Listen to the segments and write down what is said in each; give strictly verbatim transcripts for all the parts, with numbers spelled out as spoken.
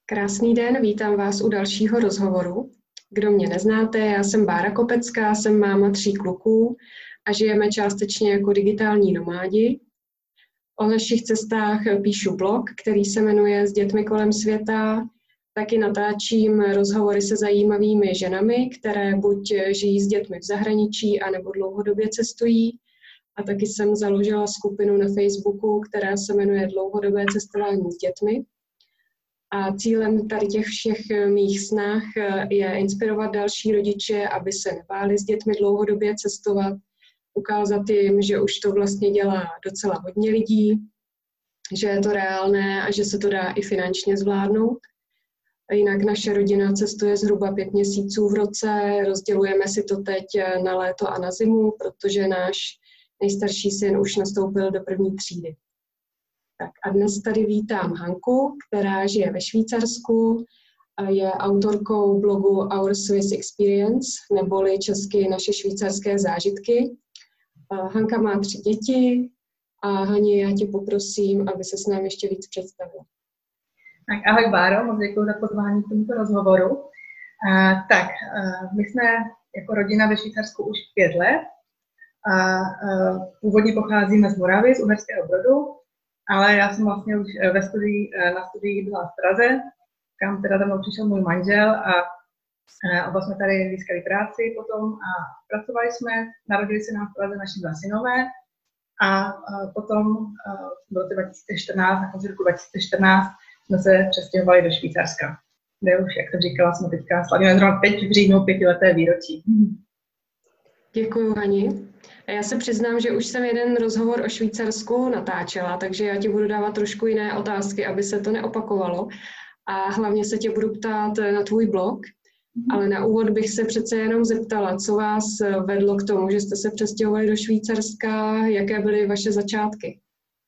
Krásný den, vítám vás u dalšího rozhovoru. Kdo mě neznáte, já jsem Bára Kopecká, jsem máma tří kluků a žijeme částečně jako digitální nomádi. O našich cestách píšu blog, který se jmenuje S dětmi kolem světa. Taky natáčím rozhovory se zajímavými ženami, které buď žijí s dětmi v zahraničí, anebo dlouhodobě cestují. A taky jsem založila skupinu na Facebooku, která se jmenuje Dlouhodobé cestování s dětmi. A cílem tady těch všech mých snah je inspirovat další rodiče, aby se nebáli s dětmi dlouhodobě cestovat, ukázat jim, že už to vlastně dělá docela hodně lidí, že je to reálné a že se to dá i finančně zvládnout. A jinak naše rodina cestuje zhruba pět měsíců v roce, rozdělujeme si to teď na léto a na zimu, protože náš nejstarší syn už nastoupil do první třídy. Tak a dnes tady vítám Hanku, která žije ve Švýcarsku a je autorkou blogu Our Swiss Experience, neboli česky Naše švýcarské zážitky. Hanka má tři děti a Hani, já tě poprosím, aby se s námi ještě víc představila. Tak ahoj Báro, moc děkuji za pozvání k tomuto rozhovoru. Uh, tak, uh, my jsme jako rodina ve Švýcarsku už pět let a uh, původně pocházíme z Moravy, z Uherského Brodu, ale já jsem vlastně už ve studii, na studiích byla v Praze, kam teda za mnou přišel můj manžel a oba jsme tady získali práci potom a pracovali jsme, narodili se nám v Praze naši dva synové a potom v roce dva tisíce čtrnáct, na konci roku dva tisíce čtrnáct jsme se přestěhovali do Švýcarska, kde už, jak jsem říkala, jsme teďka slavíme zrovna teď v říjnu pětileté výročí. Děkuju, Hani. Já se přiznám, že už jsem jeden rozhovor o Švýcarsku natáčela, takže já ti budu dávat trošku jiné otázky, aby se to neopakovalo. A hlavně se tě budu ptát na tvůj blog, ale na úvod bych se přece jenom zeptala, co vás vedlo k tomu, že jste se přestěhovali do Švýcarska, jaké byly vaše začátky?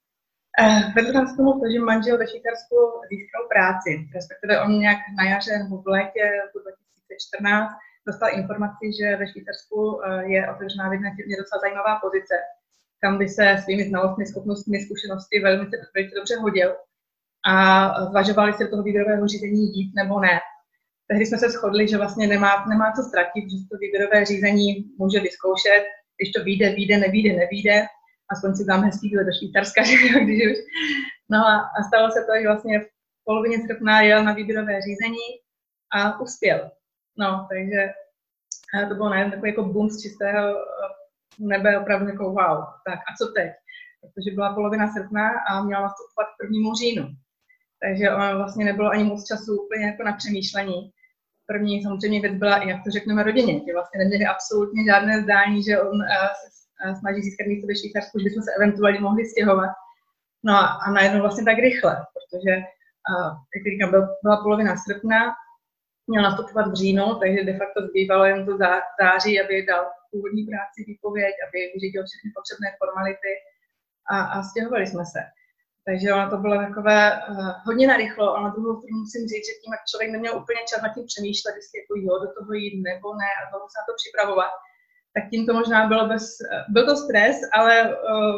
Eh, vedlo nás k tomu to, že manžel ve Švýcarsku získal práci, respektive on nějak na jaře nebo v létě dva tisíce čtrnáct dostal informaci, že ve Švýcarsku je otevřená v jedné firmě docela zajímavá pozice, kam by se svými znalostmi, schopnostmi, zkušenosti velmi, velmi dobře hodil a zvažovali se do toho výběrového řízení jít nebo ne. Tehdy jsme se shodli, že vlastně nemá, nemá co ztratit, že to výběrové řízení může vyzkoušet, když to vyjde, vyjde, nevyjde, nevyjde, aspoň si dám hezký do Švýcarska, když už. No a, a stalo se to, že vlastně v polovině srpna jel na výběrové řízení a uspěl. No, takže to bylo najednou takový jako boom z čistého nebe, opravdu jako wow, tak a co teď? Protože byla polovina srpna a měla nastupovat k prvnímu říjnu. Takže ono vlastně nebylo ani moc času úplně jako na přemýšlení. První samozřejmě věc byla, jak to řekneme rodině, že vlastně neměli absolutně žádné zdání, že on se snaží získat místo ve Švýcarsku, že bychom se eventuálně mohli stěhovat. No a, a najednou vlastně tak rychle, protože, jak říkám, byla polovina srpna, měl nastupovat v říjnu, takže de facto zbývalo jen to září, aby dal původní práci výpověď, aby vyřídil všechny potřebné formality a, a stěhovali jsme se. Takže ono to bylo takové uh, hodně narychlo, a na druhou stranu musím říct, že tím, jak člověk neměl úplně čas nad tím přemýšlet, jestli jako jo, do toho jít nebo ne a dlouho se na to připravovat, tak tím to možná bylo bez, uh, byl to stres, ale uh,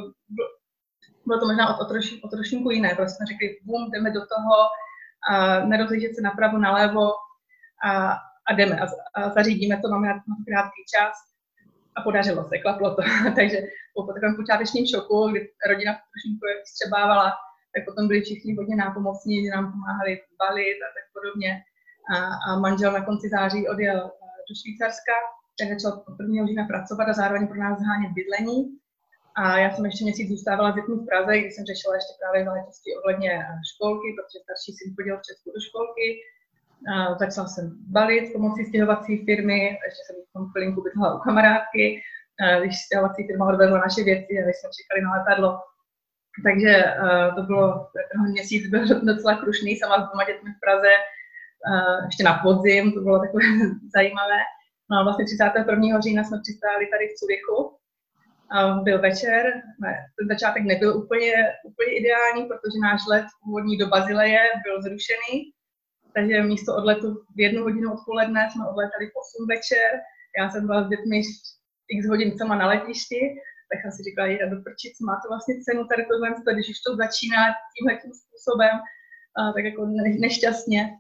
bylo to možná o, o, troši, o trošinku jiné, prostě jsme řekli, bum, jdeme do toho, uh, nerozhlížet se napravo, nalevo, A, a jdeme a, a zařídíme to, máme na to krátký čas a podařilo se, klaplo to. Takže po takovém počátečním šoku, kdy rodina trošku vstřebávala, tak potom byli všichni hodně nápomocní, že nám pomáhali balit a tak podobně. A, a manžel na konci září odjel do Švýcarska, tak začal od prvního října pracovat a zároveň pro nás zhánět bydlení. A já jsem ještě měsíc zůstávala s dětmi v Praze, kdy jsem řešila ještě právě záležitosti ohledně školky, protože starší syn chodil v Česku do školky. Uh, začala jsem balit pomocí stěhovací firmy, ještě jsem v tom chvilinku bydlela u kamarádky, uh, když stěhovací firma odvezla naše věci a když jsme čekali na letadlo. Takže uh, to bylo, ten měsíc byl docela krušný, sama s dvěma dětmi v Praze, uh, ještě na podzim, to bylo takové zajímavé. No a vlastně třicátého prvního října jsme přistáli tady v Curychu. Uh, byl večer, ne, ten začátek nebyl úplně, úplně ideální, protože náš let původní do Bazileje byl zrušený. Takže místo odletu v jednu hodinu odpoledne jsme odletali v osm večer. Já jsem byla s dětmi x hodin sama na letišti, tak jsem si říkala, jde do prčic, má to vlastně cenu tady tohle, když už to začíná tímhle tím způsobem, a tak jako ne, nešťastně.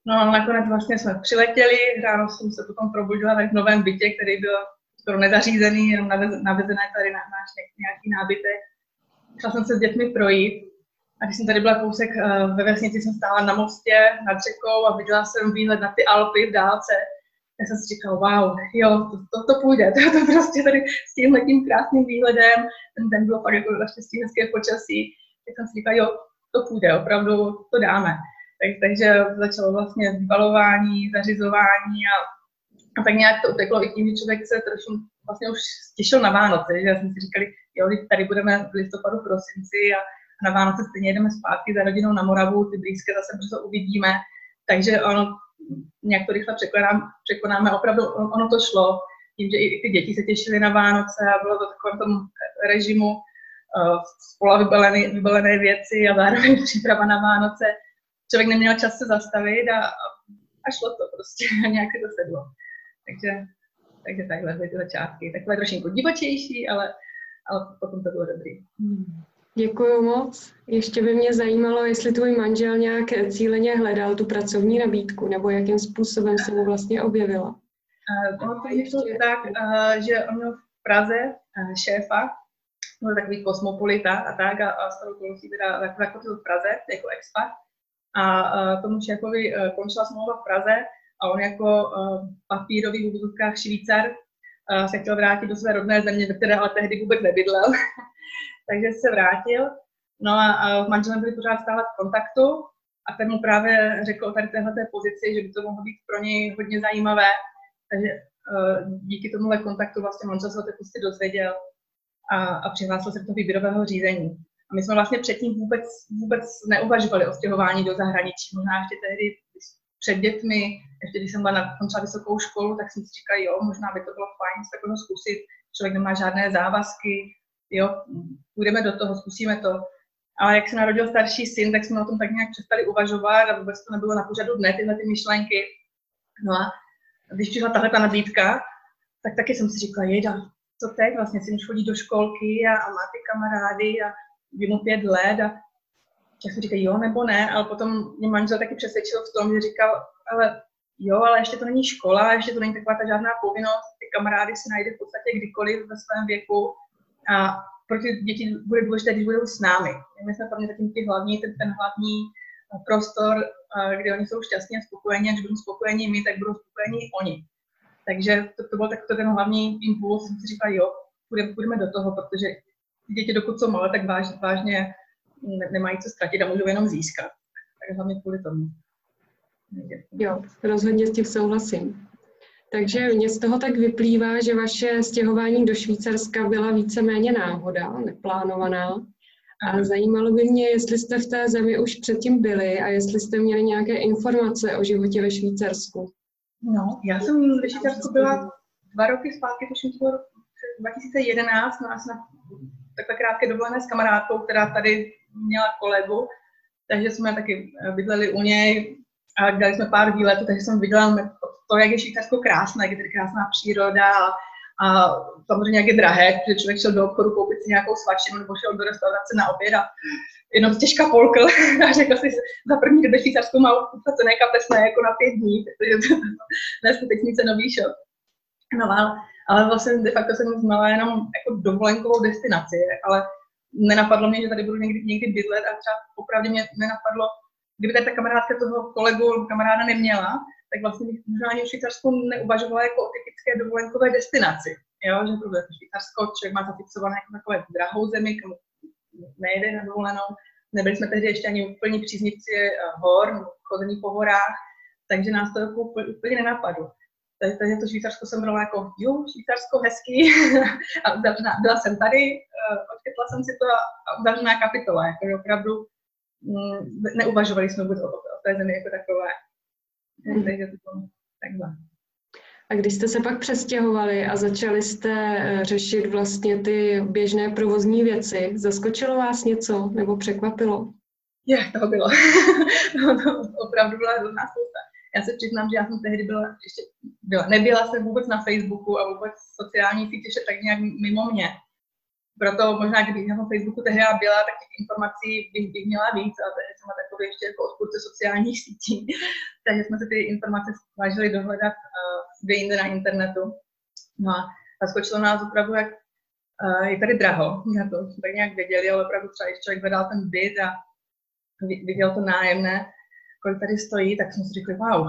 No a nakonec vlastně jsme přiletěli, ráno jsem se potom probudila v novém bytě, který byl skoro nezařízený, jenom navezené tady na náš nějaký nábytek. Šla jsem se s dětmi projít a když jsem tady byla kousek ve vesnici, jsem stála na mostě nad řekou a viděla jsem výhled na ty Alpy v dálce. Já jsem si říkala, wow, jo, to, to, to půjde, to, to prostě tady s tímhletím krásným výhledem, ten den bylo fakt jako naštěstí hezké počasí, tak jsem si říkala, jo, to půjde, opravdu to dáme. Tak, takže začalo vlastně vybalování, zařizování a, a tak nějak to uteklo i tím, že člověk se trošku vlastně už těšil na Vánoce, že jsme si říkali, jo, tady budeme v listopadu, prosinci a na Vánoce stejně jdeme zpátky za rodinou na Moravu, ty blízké zase brzo uvidíme, takže ono nějak to rychle překonáme, překonáme, opravdu ono to šlo, tím, že i ty děti se těšily na Vánoce a bylo to v takovém tom režimu uh, spola vybalené, vybalené věci a zároveň příprava na Vánoce. Člověk neměl čas se zastavit a, a šlo to prostě, nějak se to sedlo. Takže, takže takhle byly ty začátky. Takové trošinku divočejší, ale, ale potom to bylo dobrý. Děkuju moc. Ještě by mě zajímalo, jestli tvůj manžel nějak cíleně hledal tu pracovní nabídku, nebo jakým způsobem se mu vlastně objevila. Uh, ono to vyšlo tak, uh, že on měl v Praze uh, šéfa, byl takový kosmopolita a tak, a, a starou kolosí teda zakotil v Praze jako expat. A uh, tomu šéfovi uh, končila smlouva v Praze a on jako uh, papírový v úvodovkách Švýcar uh, se chtěl vrátit do své rodné země, ve které ale tehdy vůbec nebydlel. Takže se vrátil. No a, a s manželem byli pořád stále v kontaktu a ten mu právě řekl o tady téhleté pozici, že by to mohlo být pro něj hodně zajímavé. Takže uh, díky tomuhle kontaktu vlastně manžel se o té pozici dozvěděl a, a přihlásil se do toho výběrového řízení. A my jsme vlastně předtím vůbec, vůbec neuvažovali o stěhování do zahraničí. Možná ještě tehdy před dětmi, ještě když jsem byla na končila vysokou školu, tak jsem si říkala, jo, možná by to bylo fajn se takové zkusit. Člověk nemá žádné závazky, jo, půjdeme do toho, zkusíme to. Ale jak se narodil starší syn, tak jsme o tom tak nějak přestali uvažovat a vůbec to nebylo na pořadu dne, tyhle ty myšlenky. No a když přišla tahle ta nabídka, tak taky jsem si říkala, jejda, co teď, vlastně syn už chodí do školky a, a má ty kamarády a je mu pět let a tak jsem říkal, jo nebo ne, ale potom mě manžel taky přesvědčil v tom, že říkal, ale jo, ale ještě to není škola, ještě to není taková ta žádná povinnost, ty kamarády si najde v podstatě kdykoliv ve svém věku a pro ty děti bude důležité, když budou s námi. My jsme pro mě zatím ty hlavní, ten, ten hlavní prostor, kde oni jsou šťastní a spokojení, a když budou spokojení my, tak budou spokojení oni. Takže to, to byl takto ten hlavní impuls, jsem si říkala, jo, půjdeme, půjdeme do toho, protože ty děti, dokud jsou malé, tak váž, vážně ne, nemají co ztratit a můžou jenom získat. Tak hlavně kvůli tomu. Jo, rozhodně s tím souhlasím. Takže mě z toho tak vyplývá, že vaše stěhování do Švýcarska byla víceméně náhoda, neplánovaná. A zajímalo by mě, jestli jste v té zemi už předtím byli a jestli jste měli nějaké informace o životě ve Švýcarsku. No, já jsem ve Švýcarsku byla dva roky zpátky, tuším to bylo dva tisíce jedenáct, no a jsem na takové krátké dovolené s kamarádkou, která tady měla kolegu, takže jsme taky bydleli u něj a dali jsme pár výletů, takže jsem viděla to, jak je Švýcarsko krásné, jak je tady krásná příroda a, a samozřejmě jak je drahé, protože člověk šel do obchodu koupit si nějakou svačinu nebo šel do restaurace na oběd a jenom těžká polkl a řekl si, za první dobu Švýcarsku má uplacené kapesné jako na pět dní, protože to je neskutečný cenový šok. No ale, ale vlastně de facto jsem znala jenom jako dovolenkovou destinaci, ale nenapadlo mě, že tady budu někdy, někdy bydlet a třeba opravdu mě nenapadlo, kdyby tady ta kamarádka toho kolegu kamaráda neměla, tak vlastně bych možná ani v Švýcarsku neuvažovala jako o typické dovolenkové destinaci. Jo, že to bude Švýcarsko, člověk má zafixované jako takové drahou zemi, kam nejde na dovolenou. Nebyli jsme tehdy ještě ani úplní příznivci hor, chození po horách, takže nás to jako úplně nenapadlo. Takže to Švýcarsko jsem brala jako, jo, Švýcarsko hezký, a uzavřená, byla jsem tady, odchytla jsem si to a uzavřená kapitola, jako opravdu m, neuvažovali jsme vůbec o, o té zemi jako takové. Hmm. Takže to bylo takhle. A když jste se pak přestěhovali a začali jste řešit vlastně ty běžné provozní věci, zaskočilo vás něco nebo překvapilo? Je, toho bylo. no, to opravdu byla hrozná spousta. Já se přiznám, že já jsem tehdy byla, ještě byla, nebyla jsem vůbec na Facebooku a vůbec sociální sítě ještě tak nějak mimo mě. Proto možná, kdybych na tom Facebooku tehdy byla, tak těch informací bych, bych měla víc, ale tehdy jsem takový ještě jako odpůrce sociálních sítí. takže jsme si ty informace snažili dohledat uh, kde jinde na internetu. No a zaskočilo nás opravdu, jak uh, je tady draho. Já to tak nějak věděli, ale opravdu třeba, když člověk hledal ten byt a viděl to nájemné, kolik tady stojí, tak jsme si řekli, wow,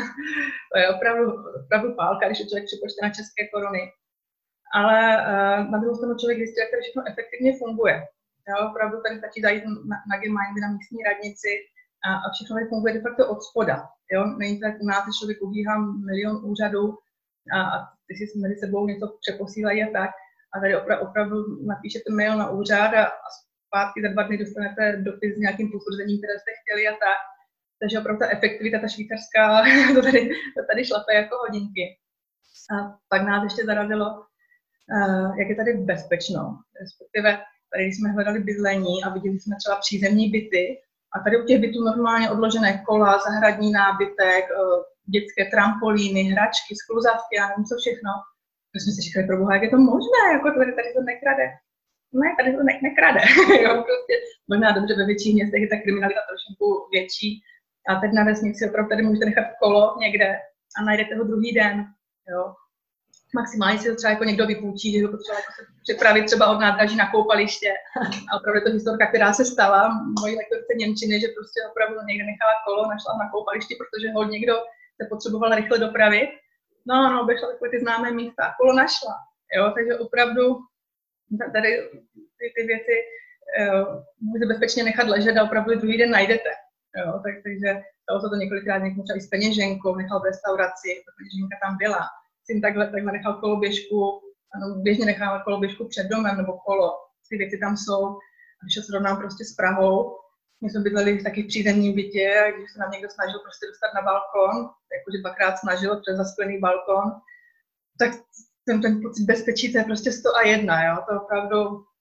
to je opravdu, opravdu pálka, když je člověk připočte na české koruny. Ale uh, na druhou stranu člověk zjistil, jak tady všechno efektivně funguje. Jo, opravdu tady stačí zajít na, na Gemeinde, na místní radnici a, a všechno tady funguje de facto od spoda. Jo? Není to tak u nás, že člověk ubíhá milion úřadů a, a ty si mezi sebou něco přeposílají a tak. A tady opra, opravdu napíšete mail na úřad a, a zpátky za dva dny dostanete dopis s nějakým potvrzením, které jste chtěli a tak. Takže opravdu ta efektivita, ta švýcarská, to tady, to tady šlape jako hodinky. A pak nás ještě zarazilo, uh, jak je tady bezpečno. Respektive tady jsme hledali bydlení a viděli jsme třeba přízemní byty. A tady u těch bytů normálně odložené kola, zahradní nábytek, uh, dětské trampolíny, hračky, skluzavky, já nevím co všechno. Tak jsme si říkali, proboha, jak je to možné, jako tady, tady to nekrade. Ne, tady to ne, nekrade. Jo, prostě možná dobře ve větších městech je ta kriminalita trošku větší. A teď na vesnici opravdu tady můžete nechat kolo někde a najdete ho druhý den. Jo. Maximálně si to třeba jako někdo vypůjčí, že ho potřeba jako se přepravit třeba od nádraží na koupaliště. A opravdu je to historka, která se stala mojí lektorce němčiny, že prostě opravdu někde nechala kolo, našla na koupališti, protože ho někdo se potřeboval rychle dopravit. No, no, obešla takové ty známé místa a kolo našla. Jo, takže opravdu tady ty, ty věci uh, můžete bezpečně nechat ležet a opravdu druhý den najdete. Jo, tak, takže stalo se to několikrát, někdo třeba i s peněženkou, nechal v restauraci, ta peněženka tam byla. Syn takhle, takhle nechal koloběžku, ano, běžně nechával koloběžku před domem nebo kolo, ty věci tam jsou. A když se srovnám prostě s Prahou, my jsme bydleli v taky přízemním bytě, a když se nám někdo snažil prostě dostat na balkon, jakože dvakrát snažil přes zasklený balkon, tak ten, ten pocit bezpečí, to je prostě sto a jedna, jo, to opravdu,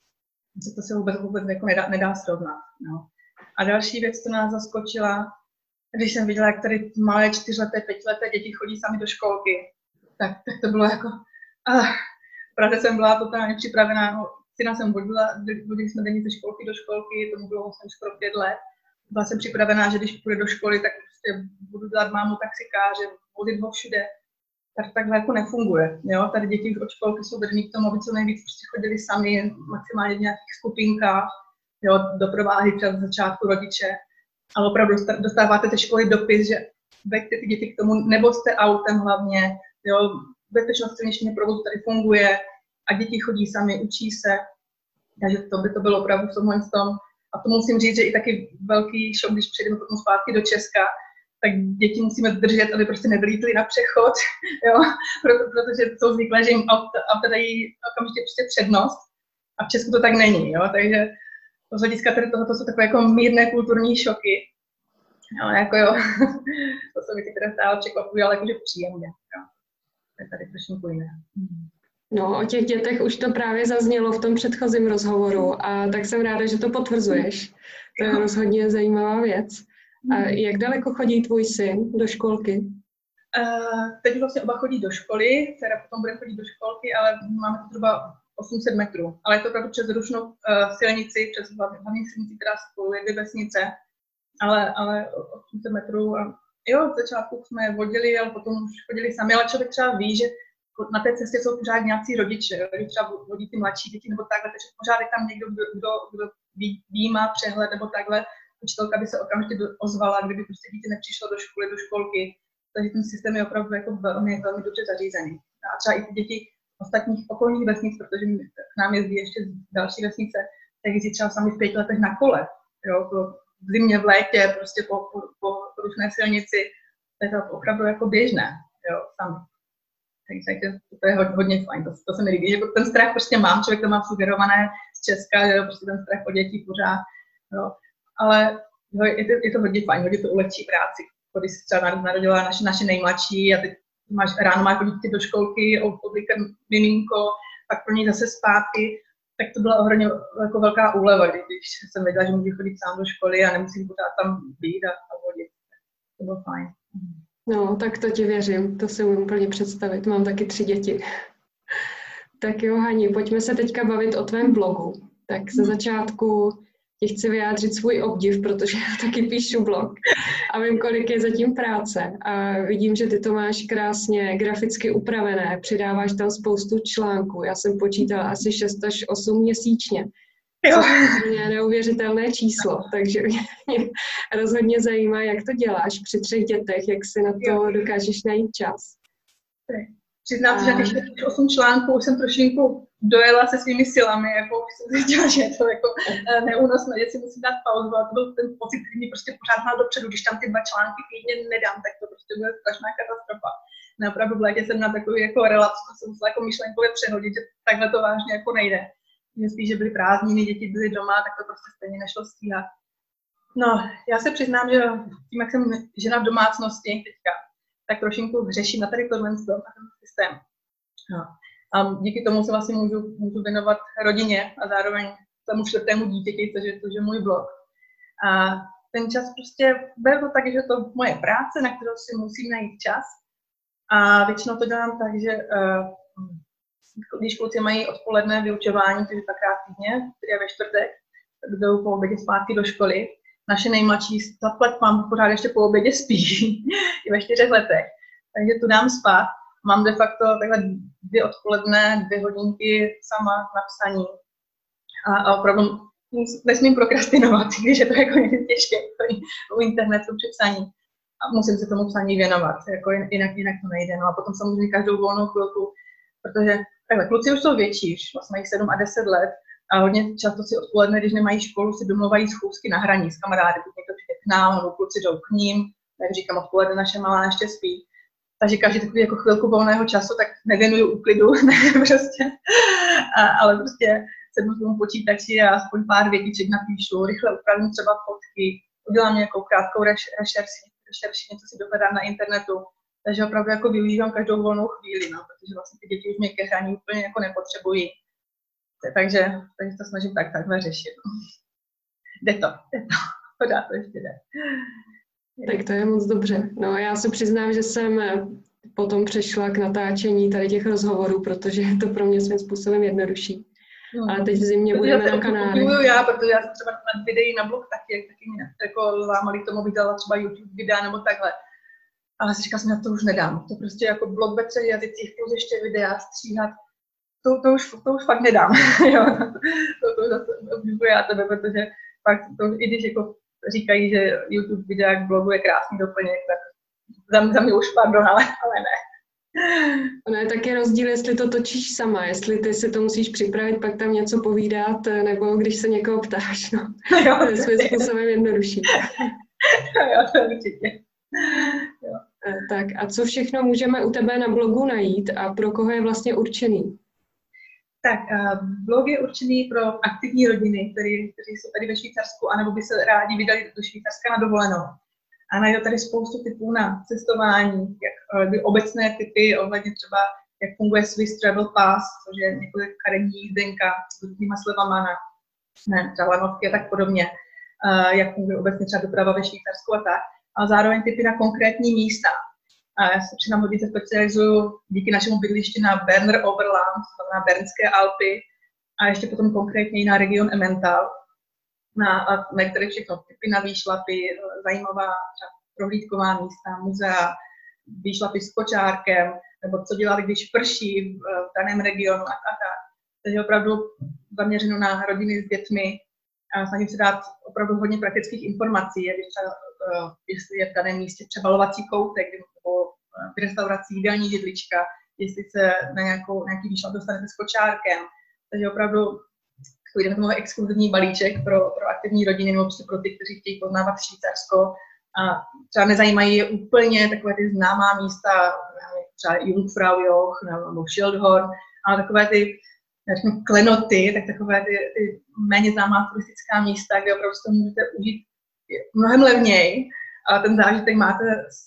to se vůbec, vůbec jako nedá, nedá srovnat, jo. A další věc, co nás zaskočila, když jsem viděla, jak tady malé čtyřleté, pětileté děti chodí sami do školky, tak, tak to bylo jako, ah, v Praze jsem byla totálně připravená, no, syna jsem vodila, vodili jsme denně ze školky do školky, tomu bylo vlastně skoro pět let. Byla jsem připravená, že když půjde do školy, tak prostě budu dělat mámu taxikáře, vozit ho všude. Tak takhle jako nefunguje. Jo? Tady děti od školky jsou vedený k tomu, aby co nejvíc prostě chodili sami, maximálně v nějakých skupinkách, jo? Doprováhy třeba z začátku rodiče. Ale opravdu dostáváte ze školy dopis, že veďte ty děti k tomu, nebo jste autem hlavně, jo? Bezpečnost silničního provozu tady funguje a děti chodí sami, učí se. Takže to by to bylo opravdu v tomhle tom. A to musím říct, že i taky velký šok, když přijdeme potom zpátky do Česka, tak děti musíme držet, aby prostě nevylítli na přechod, jo? Proto, protože jsou zvyklé, že jim auta, auta dají okamžitě prostě přednost a v Česku to tak není, jo? Takže z hlediska tady tohoto jsou takové jako mírné kulturní šoky. Jo, jako jo, to se mi ty teda stále překvapují, ale jakože příjemně, jo. To je tady trošku jiné. No, o těch dětech už to právě zaznělo v tom předchozím rozhovoru a tak jsem ráda, že to potvrzuješ. To je rozhodně zajímavá věc. A jak daleko chodí tvůj syn do školky? Uh, teď vlastně oba chodí do školy, dcera potom bude chodit do školky, ale máme to zhruba osm set metrů. Ale je to opravdu přes rušnou uh, silnici, přes hlavní silnici, která spojuje dvě vesnice, ale, ale osm set metrů. A jo, v začátku jsme je vodili, ale potom už chodili sami, ale člověk třeba ví, že na té cestě jsou pořád nějací rodiče, když třeba vodí ty mladší děti nebo takhle, takže pořád je tam někdo, kdo, kdo, kdo ví, ví, má přehled nebo takhle. Učitelka by se okamžitě ozvala, kdyby prostě dítě nepřišlo do školy, do školky. Takže ten systém je opravdu jako velmi, velmi dobře zařízený. A třeba i ty děti ostatních okolních vesnic, protože k nám jezdí ještě další vesnice, tak jezdí třeba sami v pěti letech na kole. Jo, v zimě, v létě, prostě po, po, po, po rušné silnici. To je to opravdu jako běžné, jo, sami. Takže to je hodně fajn, to, to se mi líbí, že ten strach prostě mám, člověk to má sugerované z Česka, že jo, prostě ten strach o děti pořád, jo. Ale jo, je, to, je to hodně fajn, hodně to ulehčí práci. Když se třeba narodila naše, naše nejmladší a teď máš, ráno máš chodit do školky, oblíkem miminko, pak pro něj zase zpátky, tak to byla ohromně jako velká úleva, když jsem věděla, že můžu chodit sám do školy a nemusím pořád tam být a, a vodit. To bylo fajn. No, tak to ti věřím, to si umím úplně představit, mám taky tři děti. Tak jo, Hani, pojďme se teďka bavit o tvém blogu. Tak ze začátku ti chci vyjádřit svůj obdiv, protože já taky píšu blog a vím, kolik je zatím práce. A vidím, že ty to máš krásně graficky upravené, přidáváš tam spoustu článků. Já jsem počítala asi šest až osm měsíčně. Což je neuvěřitelné číslo, takže mě rozhodně zajímá, jak to děláš při třech dětech, jak si na to dokážeš najít čas. Přiznám se, že těch osm článků jsem trošinku dojela se svými silami, jako už jsem zjistila, že je to jako neúnosné, že si musím dát pauzu, ale to byl ten pocit, který mi prostě pořád mal dopředu, když tam ty dva články týdně nedám, tak to prostě bude strašná katastrofa. No, opravdu v létě jsem na takový jako relax, to jsem musela jako myšlenkově přehodit, že takhle to vážně jako nejde. Že spíš, že byly prázdniny, děti byly doma, tak to prostě stejně nešlo stíhat. No, já se přiznám, že tím, jak jsem žena v domácnosti teďka, tak trošinku řeším na tady tohle ten systém. No. A díky tomu se vlastně můžu, můžu věnovat rodině a zároveň tomu čtvrtému dítěti, což je, což je můj blog. A ten čas prostě beru tak, že to je moje práce, na kterou si musím najít čas. A většinou to dělám tak, že uh, když kluci mají odpoledne vyučování, takže dvakrát týdně, tedy ve čtvrtek, tak jdou po obědě zpátky do školy. Naše nejmladší zaplet mám pořád ještě po obědě spí, i ve čtyřech letech. Takže tu dám spát. Mám de facto takhle dvě odpoledne, dvě hodinky sama na psaní. A, a opravdu nesmím prokrastinovat, když je to jako těžké u internetu při psaní. A musím se tomu psaní věnovat, jako jinak, jinak to nejde. No a potom samozřejmě každou volnou chvilku, protože takhle, kluci už jsou větší, už vlastně mají sedm a deset let a hodně často si odpoledne, když nemají školu, si domluvají schůzky na hraní s kamarády, pokud někdo přijde k nám, nebo kluci jdou k ním, tak říkám, odpoledne naše malá ještě spí. Takže každý takový jako chvilku volného času, tak nevěnuju úklidu, ne, prostě. A, ale prostě sednu k tomu počítači a aspoň pár větiček napíšu, rychle upravím třeba fotky, udělám nějakou krátkou reš, rešerši, rešerši, něco si dohledám na internetu. Takže opravdu jako využívám každou volnou chvíli, no, protože vlastně ty děti už mě ke hraní úplně jako nepotřebují. Takže, takže to snažím tak takhle řešit. No. Jde to, jde to, podá to ještě jde. Tak to je moc dobře. No já se přiznám, že jsem potom přešla k natáčení tady těch rozhovorů, protože je to pro mě svým způsobem jednodušší. No. Ale teď v zimě budeme na kanále. Děkuju já, protože já jsem třeba na videí na blog taky, taky mě jako lámali k tomu, vydala třeba YouTube videa nebo takhle. Ale si říkala jsem, že to už nedám. To prostě jako blog ve třech jazycích plus ještě videa stříhat, to, to, už, to už fakt nedám. Jo, to, to zase obdivuji já tebe, protože fakt to, i když jako říkají, že YouTube videa k blogu je krásný doplněk, tak za, za mě už pardon, ale, ale ne. Ono je taky rozdíl, jestli to točíš sama, jestli ty si to musíš připravit, pak tam něco povídat, nebo když se někoho ptáš, no. Jo, to je svým způsobem jednodušší. Jo, to určitě. Jo. Tak a co všechno můžeme u tebe na blogu najít a pro koho je vlastně určený? Tak, blog je určený pro aktivní rodiny, který, kteří jsou tady ve Švýcarsku, anebo by se rádi vydali do Švýcarska na dovolenou. A najdou tady spoustu typů na cestování, jak by obecné typy ohledně třeba, jak funguje Swiss Travel Pass, což je několik karetní jízdenka s různýma slevama na ne, třeba lanovky a tak podobně, jak funguje obecně třeba doprava ve Švýcarsku a tak. A zároveň typy na konkrétní místa. A já se přinám hodně specializuju díky našemu bydlišti na Berner Oberland, na Bernské Alpy a ještě potom konkrétně na region Emmental. Na, a některé všechno typy na výšlapy, zajímavá třeba prohlídková místa, muzea, výšlapy s kočárkem, nebo co dělali, když prší v, v daném regionu a tak. Takže opravdu zaměřeno na rodiny s dětmi a snažím se dát opravdu hodně praktických informací, když třeba, uh, jestli je v daném místě přebalovací koutek, nebo v restauraci jídelní židlička, jestli se na nějakou, nějaký výšlap dostanete s kočárkem. Takže opravdu jeden takový exkluzivní balíček pro, pro aktivní rodiny nebo prostě pro ty, kteří chtějí poznávat Švýcarsko a třeba nezajímají je úplně takové ty známá místa, třeba Jungfraujoch nebo Schildhorn, ale takové ty řeknu, klenoty, tak takové ty, ty méně známá turistická místa, kde opravdu si to můžete užít mnohem levněji a ten zážitek máte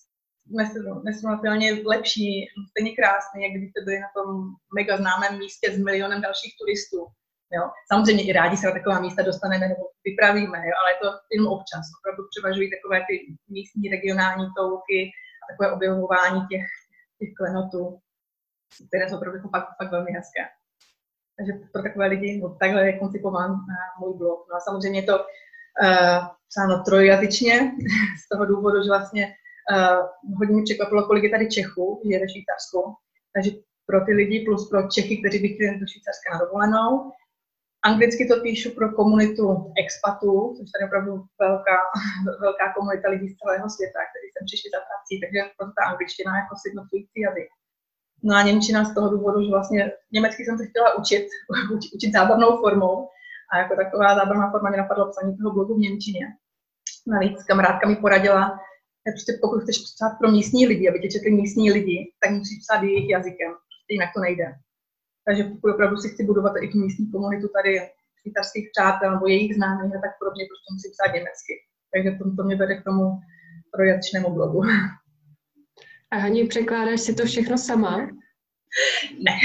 nesrovnatelně lepší, stejně krásný, jak kdybyste byli na tom mega známém místě s milionem dalších turistů. Jo. Samozřejmě i rádi se na taková místa dostaneme nebo vypravíme, jo, ale je to jenom občas. Opravdu převažují takové ty místní regionální touky a takové objevování těch, těch klenotů, které jsou opravdu fakt, fakt velmi hezké. Takže pro takové lidi, no, takhle je koncipován uh, můj blog. No a samozřejmě je to uh, psáno trojjazyčně, z toho důvodu, že vlastně uh, hodně mě překvapilo, kolik je tady Čechů, že je ve Švýcarsku. Takže pro ty lidi plus pro Čechy, kteří by chtěli do Švýcarska na dovolenou. Anglicky to píšu pro komunitu expatů, což tady je opravdu velká, velká komunita lidí z celého světa, kteří sem přišli za prací, takže proto ta angličtina je jako sjednocující jazyk. No a němčina z toho důvodu, že vlastně německy jsem se chtěla učit, učit, učit zábavnou formou a jako taková zábavná forma mě napadlo psaní toho blogu v němčině. Navíc kamarádka mi poradila, že prostě pokud chceš psát pro místní lidi, aby tě četli místní lidi, tak musíš psát jejich jazykem, prostě jinak to nejde. Takže pokud opravdu si chci budovat i tu místní komunitu tady švýcarských přátel nebo jejich známých a tak podobně, prostě musím psát německy. Takže to, to mě vede k tomu trojazyčnému blogu. A Hani, překládáš si to všechno sama? Ne.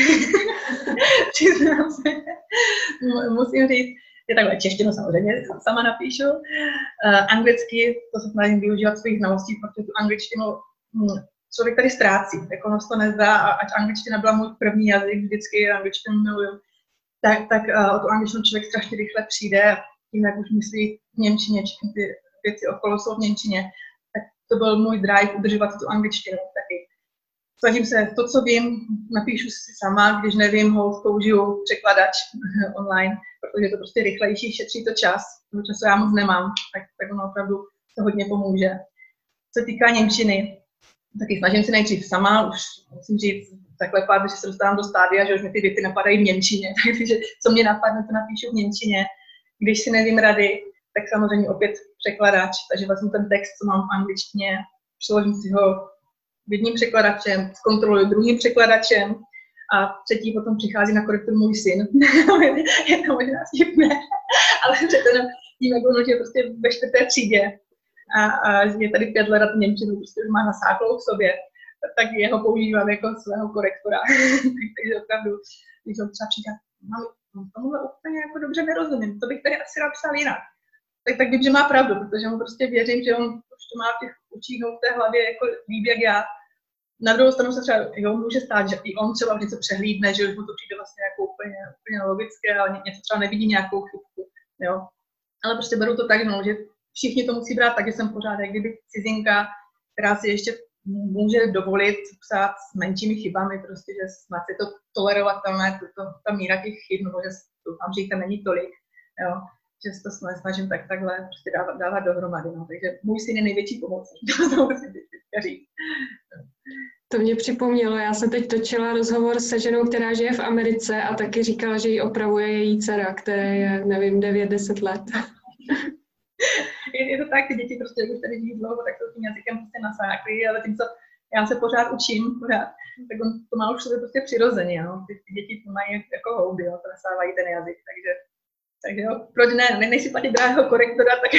Přiznám se. Musím říct, je takhle češtinu samozřejmě sama napíšu. Uh, anglicky, to se snažím využívat svých znalostí, protože tu angličtinu hm, člověk tady ztrácí, jako ono se to nezdá, a ať angličtina byla můj první jazyk, vždycky angličtinu miluju, tak, tak uh, o tu angličtinu člověk strašně rychle přijde, tím, jak už myslí v němčině, všechny ty věci okolo jsou v němčině, tak to byl můj drive udržovat tu angličtinu taky. Snažím se, to, co vím, napíšu si sama, když nevím, hold, použiju překladač online, protože to prostě rychlejší, šetří to čas, toho času já moc nemám, tak, tak ono opravdu to hodně pomůže. Co se týká němčiny, taky snažím se nejdřív sama, už musím říct takhle pár, že se dostávám do stádia, že už mi ty věty napadají v němčině, takže co mě napadne, to napíšu v němčině. Když si nevím rady, tak samozřejmě opět překladač, takže vezmu ten text, co mám v angličtině, přeložím si ho jedním překladačem, zkontroluji druhým překladačem a třetí potom přichází na korektor můj syn. Je to možná vtipné, ale přece tím, jak on je prostě ve čtvrté třídě a, a je tady pět let a tu němčinu prostě už má nasáklou v sobě, tak jeho používám jako svého korektora. Takže opravdu, když on třeba přijde, mám tomuhle úplně jako dobře nerozumím, to bych tady asi napsal jinak. Tak, tak vím, že má pravdu, protože mu prostě věřím, že on už to má v těch učích v té hlavě jako líp jak já. Na druhou stranu se třeba jo, může stát, že i on třeba něco přehlídne, že už mu to přijde vlastně jako úplně, úplně logické, ale něco třeba nevidí nějakou chybku, jo. Ale prostě beru to tak, no, že všichni to musí brát tak, že jsem pořád jak kdyby cizinka, která si ještě může dovolit psát s menšími chybami, prostě, že snad je to tolerovatelné, to, to, ta míra těch chyb, nebo že doufám, že jich tam není tolik, jo. Že se to snažím tak takhle prostě dávat, dávat dohromady, no. Takže můj syn je největší pomocník, to musím říct. To mě připomnělo, já jsem teď točila rozhovor se ženou, která žije v Americe a taky říkala, že ji opravuje její dcera, které je, nevím, devět deset let. Je, je to tak, ty děti prostě, když tady žijí dlouho, tak jsou tím jazykem prostě nasáklí, ale tím, co já se pořád učím, pořád, tak on to má už sobě prostě přirozeně, no. Ty, ty děti to mají jako houby, no, to nasávají ten jazyk, takže Takže jo, proč ne, ne nejsi platit drahého korektora, tak,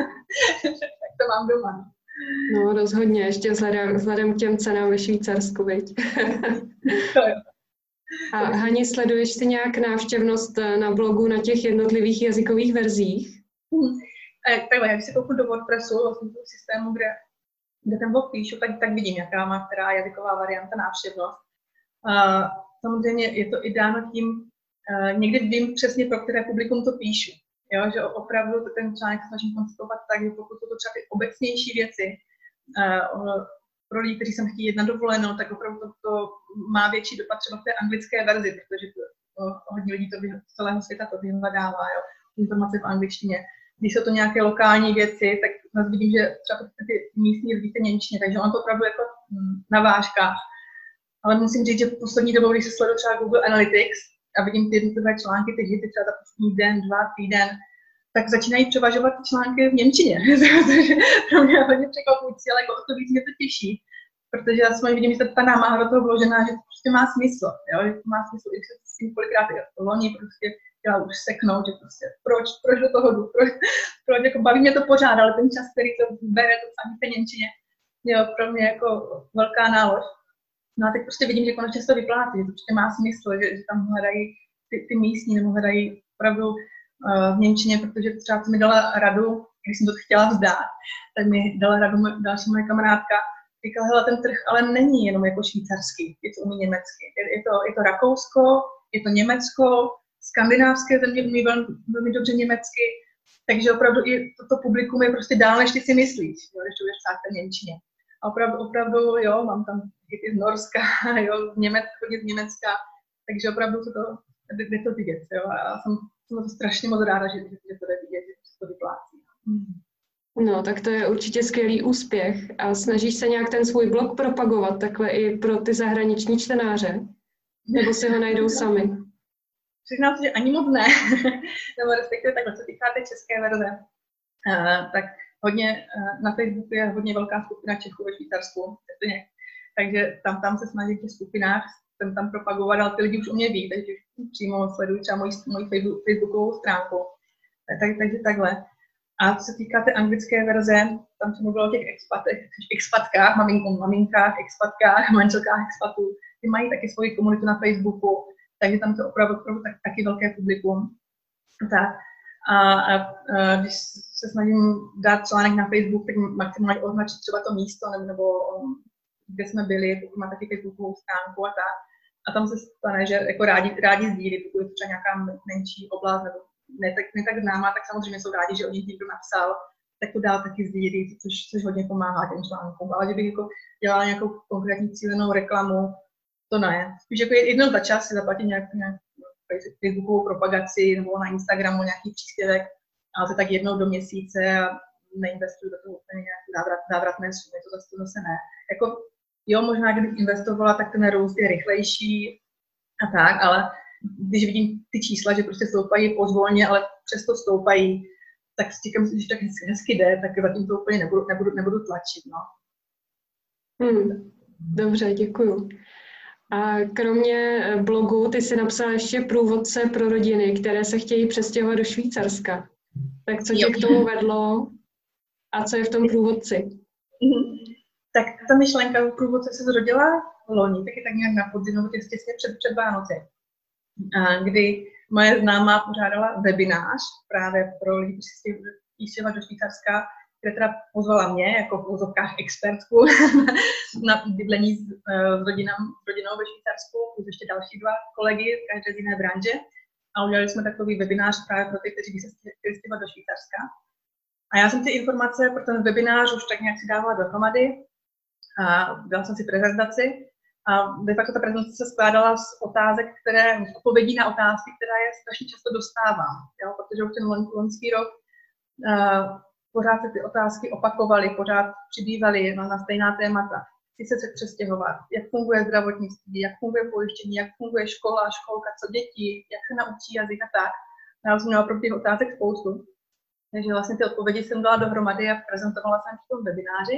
tak to mám doma. No rozhodně, ještě vzhledem, vzhledem k těm cenám ve Švýcarsku, viď? To jo. A Hani, sleduješ si nějak návštěvnost na blogu na těch jednotlivých jazykových verzích? Hmm. Takhle, když si kouknu do WordPressu, vlastně toho systému, kde, kde ten blog píšu, tak, tak vidím, jaká má která jazyková varianta návštěvnost. Uh, samozřejmě je to i dáno tím, Uh, někdy vím přesně, pro které publikum to píšu. Jo? Že opravdu ten článek snažím koncipovat tak, že pokud jsou to třeba ty obecnější věci uh, pro lidi, kteří sem chtějí jít na dovolenou, tak opravdu to, to má větší dopad třeba v té anglické verzi, protože to, to, hodně lidí to z celého světa to vyhledává, jo? Informace v angličtině. Když jsou to nějaké lokální věci, tak vidím, že třeba ty místní lidi v němčině, takže on to opravdu jako na vážkách. Ale musím říct, že v poslední dobou, když se sleduju třeba Google Analytics, a vidím ty jednotlivé články, ty hity třeba za poslední den, dva, týden, tak začínají převažovat ty články v němčině. Takže pro mě je hodně překvapující, ale jako o to víc mě to těší. Protože já jsem vidím, že ta námaha do toho vložená, že to prostě má smysl. Jo? Že to má smysl, když se s tím kolikrát loni prostě chtěla už seknout, že prostě proč, proč do toho jdu, proč, proč, jako baví mě to pořád, ale ten čas, který to bere, to samý v němčině, je pro mě jako velká nálož. No a teď prostě vidím, že konečně se to vyplácí, že to prostě má smysl, že, že tam hledají ty, ty místní, nebo hledají opravdu uh, v němčině, protože třeba mi dala radu, když jsem to chtěla vzdát, tak mi dala radu další moje kamarádka, říkala, hele, ten trh ale není jenom jako švýcarský, je to umí německy, je, je, to, je to Rakousko, je to Německo, skandinávské země umí velmi, velmi dobře německy, takže opravdu i toto publikum je prostě dál, než ty si myslíš, jo, když to budeš psát v němčině. A opravdu, opravdu, jo, mám tam i z Norska, jo, z Německa, z Německa, takže opravdu se to, jde to vidět, jo, a já jsem, jsem to strašně moc ráda, že, že to jde vidět, že se to vyplácí. No, tak to je určitě skvělý úspěch. A snažíš se nějak ten svůj blog propagovat takhle i pro ty zahraniční čtenáře? Nebo si ho najdou sami? Přiznám se, že ani moc ne. Nebo respektive takhle, co týká té české verze, uh, tak hodně uh, na Facebooku je hodně velká skupina Čechů ve Švýcarsku. Takže tam, tam se snažím v těch skupinách jsem tam propagovat, ale ty lidi už o mě ví, takže přímo sledují třeba moji, moji Facebookovou stránku. Tak, takže takhle. A co se týká té anglické verze, tam se mluvilo o těch expatech, expatkách, mamink, maminkách, expatkách, manželkách expatů. Ty mají taky svoji komunitu na Facebooku, takže tam to opravdu, opravdu tak, taky velké publikum. Tak. A, a, a když se snažím dát článek na Facebook, tak maximálně označit třeba to místo, nebo, nebo kde jsme byli, pokud má taky Facebookovou stránku a tak. A tam se stane, že jako rádi, rádi sdílí, pokud je to třeba nějaká menší oblast, nebo ne tak, ne tak známá, tak samozřejmě jsou rádi, že o nich někdo napsal, tak to dál taky sdílí, což, což hodně pomáhá těm článkům. Ale že bych jako dělala nějakou konkrétní cílenou reklamu, to ne. Spíš jako jednou za čas si zaplatit nějakou nějak, Facebookovou propagaci nebo na Instagramu nějaký příspěvek, ale to tak jednou do měsíce a neinvestuju do toho úplně nějaké závrat, závratné sumy, to zase, to zase ne. Jako, jo, možná kdybych investovala, tak ten růst je rychlejší a tak, ale když vidím ty čísla, že prostě stoupají pozvolně, ale přesto stoupají, tak si říkám, že tak hezky jde, tak zatím to úplně nebudu, nebudu, nebudu tlačit, no. Hmm, dobře, děkuju. A kromě blogu, ty jsi napsala ještě průvodce pro rodiny, které se chtějí přestěhovat do Švýcarska. Tak co tě k tomu vedlo a co je v tom průvodci? Mm-hmm. Tak ta myšlenka v průvodce se zrodila v loni, taky tak nějak na podzim, nebo těsně před, před Vánoci, kdy moje známá pořádala webinář právě pro lidi, kteří se chtějí přestěhovat do Švýcarska, která teda pozvala mě jako v úzovkách expertku na bydlení s, s, rodinám, s rodinou ve Švýcarsku, plus ještě další dva kolegy, každé z jiné branže. A udělali jsme takový webinář právě pro ty, kteří by se chtěli stěhovat do Švýcarska. A já jsem ty informace pro ten webinář už tak nějak si dávala dohromady a dala jsem si prezentaci. A de facto ta prezentace se skládala z otázek, které, z odpovědí na otázky, které je strašně často dostávám, jo? Protože už ten loňský rok uh, pořád se ty otázky opakovaly, pořád přibývaly na, na stejná témata. Chci se přestěhovat, jak funguje zdravotnictví, jak funguje pojištění, jak funguje škola, školka, co děti, jak se naučí jazyk a tak. Já jsem měla opravdu těch otázek spoustu. Takže vlastně ty odpovědi jsem dala dohromady a prezentovala jsem v tom webináři.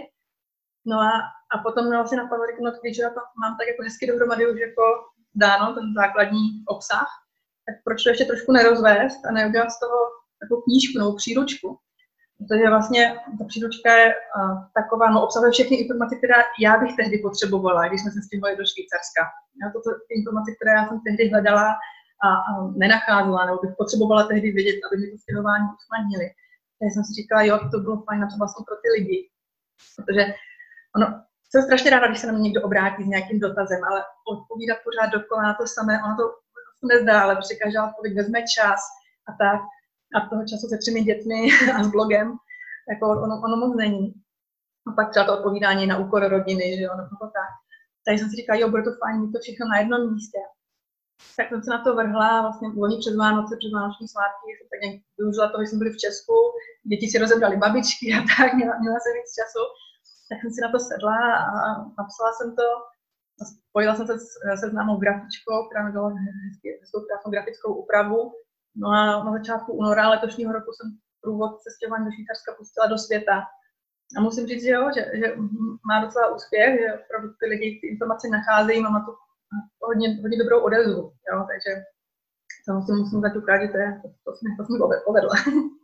No a, a potom mě vlastně napadlo, že já to mám tak jako hezky dohromady už jako dáno, ten základní obsah, tak proč to ještě trošku nerozvést a neudělat z toho takovou knížku nebo příručku. Protože vlastně ta příručka je uh, taková, no obsahuje všechny informace, které já bych tehdy potřebovala, když jsme se stěhovali do Švýcarska. Já toto informace, které já jsem tehdy hledala a, a nenacházela, nebo bych potřebovala tehdy vědět, aby mi to stěhování usnadnili. Takže jsem si říkala, jo, to bylo fajn na to vlastně pro ty lidi. Protože ono, jsem strašně ráda, když se na mě někdo obrátí s nějakým dotazem, ale odpovídat pořád dokola na to samé, ono to se nezdá, ale prostě každá odpověď vezme čas a tak. A toho času se třemi dětmi a s blogem, jako ono, ono moc není. A pak třeba to odpovídání na úkor rodiny, že jo, nebo tak. Takže jsem si říkala, jo, bude to fajn, mít to všechno na jednom místě. Tak jsem se na to vrhla, vlastně loni přes Vánoce, přes Vánoční svátky, jsem tak nějak využila toho, že jsem byli v Česku, děti si rozebrali babičky a tak, měla, měla jsem víc času. Tak jsem si na to sedla a napsala jsem to. Spojila jsem se se známou grafičkou, která mi dala hezkou krásnou grafickou úpravu. No a na začátku února letošního roku jsem průvod stěhování do Švýcarska pustila do světa. A musím říct, že jo, že, že má docela úspěch, že opravdu ty lidi ty informace nacházejí, mám na to hodně, hodně dobrou odezvu, jo, takže to musím, musím zaťukat, že to, je, to, to, to, to jsem povedla.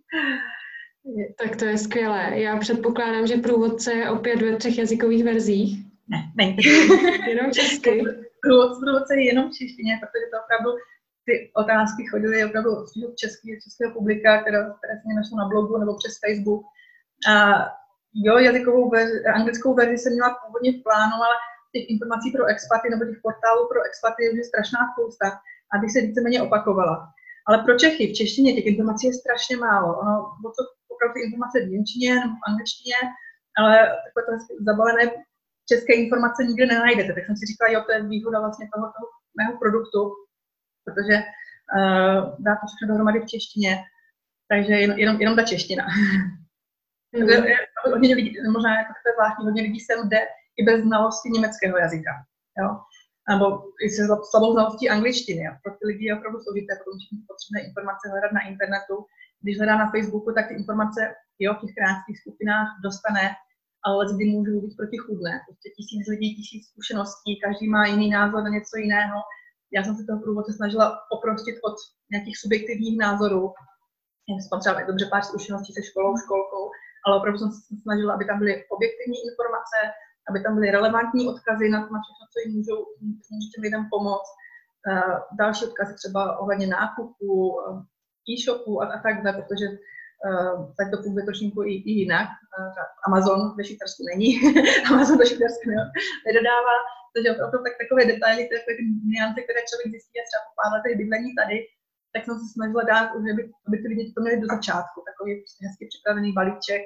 Tak to je skvělé. Já předpokládám, že průvodce je opět ve třech jazykových verzích. Ne, není. Jenom česky. Průvodce je jenom v češtině, protože to opravdu ty otázky chodily opravdu od český, českého publika, které, které se mě našlo na blogu nebo přes Facebook. A jo, jazykovou verzi, anglickou verzi jsem měla původně v plánu, ale těch informací pro expaty nebo těch portálů pro expaty je už strašná spousta, abych se víceméně opakovala. Ale pro Čechy v češtině těch informací je strašně málo. Ono, bylo to opravdu informace v němčině nebo v angličtině, ale takové to zabalené české informace nikde nenajdete. Tak jsem si říkala, jo, to je výhoda vlastně toho, toho mého produktu, protože uh, dá to všechno dohromady v češtině, takže jen, jenom, jenom ta čeština. Mm. Takže hodně lidí, možná jako to je zvláštní, hodně lidí sem jde i bez znalosti německého jazyka, jo? Nebo i se slabou znalostí angličtiny. A pro ty lidi je opravdu složité, protože potřebné informace hledat na internetu. Když hledá na Facebooku, tak ty informace jo, v těch krátkých skupinách dostane, ale kdy můžou být protichůdné. Prostě tisíc lidí, tisíc zkušeností, každý má jiný názor na něco jiného. Já jsem se toho průvodce snažila oprostit od nějakých subjektivních názorů. Já jsem třeba dobře pár zkušeností se školou, školkou, ale opravdu jsem se snažila, aby tam byly objektivní informace, aby tam byly relevantní odkazy na, na všechno, co jim můžou, můžou těm lidem pomoct. Uh, další odkazy třeba ohledně nákupu, uh, e-shopu a, a tak dále, protože uh, tak to funguje trošku i, i jinak. Uh, Amazon ve Švýcarsku není, Amazon ve Švýcarsku nedodává, takže opravdu tak, takové detaily, takové ty nuance, které člověk zjistí a třeba po pár letech bydlení tady, tak jsem se snažila dát, aby, aby ty lidi to měli do začátku, takový prostě hezky připravený balíček,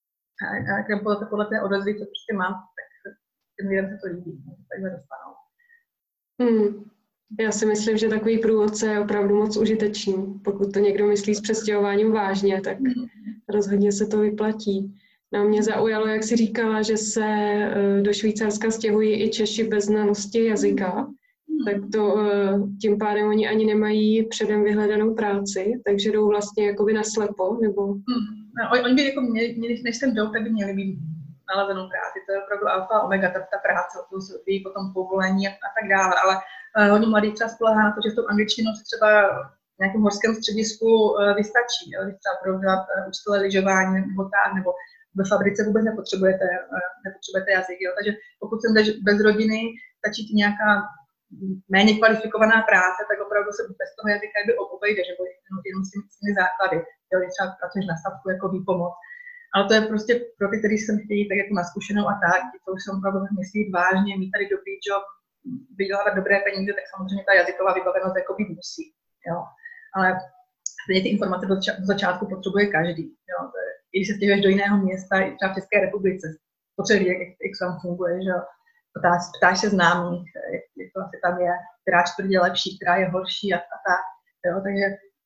a podle, podle té odezvy, co prostě mám, tak těm lidem se to líbí, takhle dostanou. Hmm. Já si myslím, že takový průvodce je opravdu moc užitečný. Pokud to někdo myslí s přestěhováním vážně, tak rozhodně se to vyplatí. No, mě zaujalo, jak jsi říkala, že se do Švýcarska stěhují i Češi bez znalosti jazyka, tak to tím pádem oni ani nemají předem vyhledanou práci, takže jdou vlastně jakoby naslepo, nebo... Hmm. No, oni by jako měli, měli, než sem jdou, tak by měli být nalezenou práci, to je opravdu alfa a omega, ta, ta práce, o tom se odvíjí potom povolení a, a tak dále, ale uh, hodně mladých třeba spolehá na to, že s tou angličtinou se třeba v nějakém horském středisku uh, vystačí, jo? Když třeba provozovat uh, učitele lyžování nebo tak, nebo ve fabrice vůbec nepotřebujete, uh, nepotřebujete jazyk, jo? Takže pokud sem jdeš bez rodiny, stačí ti nějaká méně kvalifikovaná práce, tak opravdu se bez toho jazyka obejdeš, nebo jenom s těmi základy, jo? Když třeba pracuješ na stavku jako výpomoc. Ale to je prostě pro ty, kteří sem chtějí tak jako na zkušenou a tak, to už jsem opravdu myslí vážně, mít tady dobrý job, vydělávat dobré peníze, tak samozřejmě ta jazyková vybavenost jako být musí, jo. Ale stejně ty informace do, do začátku potřebuje každý, jo. Je, když se stěhuješ do jiného města, i třeba v České republice, potřebuje, jak, jak to tam funguje, že jo. Ptáš, ptáš se známých, jak, jak to asi tam je, která čtvrť je lepší, která je horší a, a tak, jo. Takže,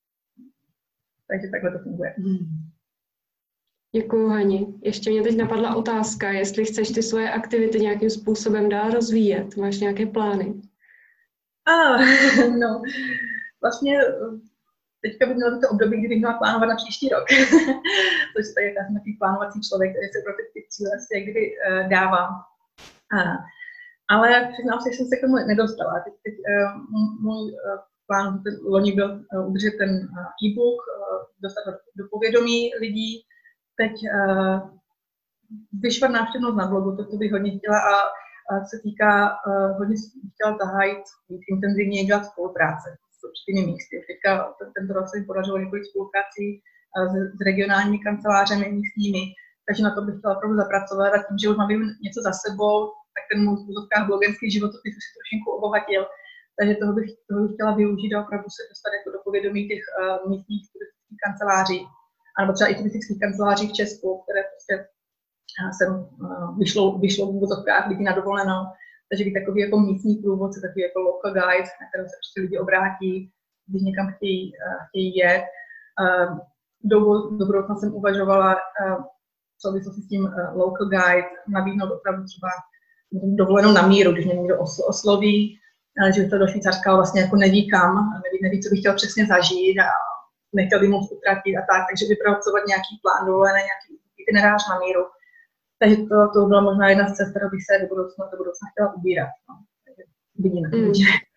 takže takhle to funguje. Hmm. Děkuju, Hani. Ještě mě teď napadla otázka, jestli chceš ty svoje aktivity nějakým způsobem dál rozvíjet. Máš nějaké plány? Ah, no, vlastně teďka by mělo být to období, kdy bych měla plánovat na příští rok. Což je já jsem takový plánovací člověk, který se pro ty cíle asi jak kdyby uh, dávám. Uh, ale přiznám se, že jsem se k tomu nedostala. Teď, teď uh, můj uh, plán ten loni byl uh, udržet ten uh, e-book, uh, dostat do, do povědomí lidí. Teď uh, vyšvat návštěvnost na blogu, to, to bych hodně chtěla a, a co se týká, uh, hodně chtěla zahájit intenzivně dělat spolupráce s určitými místy. Teďka ten, tento rok se mi podařilo několik spoluprací uh, s, s regionálními kancelářemi místními, takže na to bych chtěla opravdu zapracovat a tím, že už mám něco za sebou, tak ten můj v úzovkách blogenský životopis už se trošinku obohatil. Takže toho bych, toho bych chtěla využít a opravdu se dostat jako do povědomí těch uh, místních turistických kanceláří. Nebo třeba i turistických kanceláří v Česku, které prostě jsem uh, vyšlo, vyšlo v úvozovkách lidí na dovolenou. Takže být takový jako místní průvodce, takový jako local guide, na kterého se prostě lidi obrátí, když někam chtějí, uh, chtějí jet. Uh, do, do budoucna jsem uvažovala uh, v souvislosti s tím uh, local guide nabídnout opravdu třeba dovolenou na míru, když mě někdo oslo, osloví, uh, že to do Švýcarska vlastně jako neví kam, neví, neví, co bych chtěl přesně zažít a nechtěl by moc utratit a tak, takže vypracovat nějaký plán dovolené, nějaký itinerář na míru. Takže to, to byla možná jedna z cest, kterou bych se do budoucna, do budoucna chtěla ubírat. No. Takže vidíme. Mm.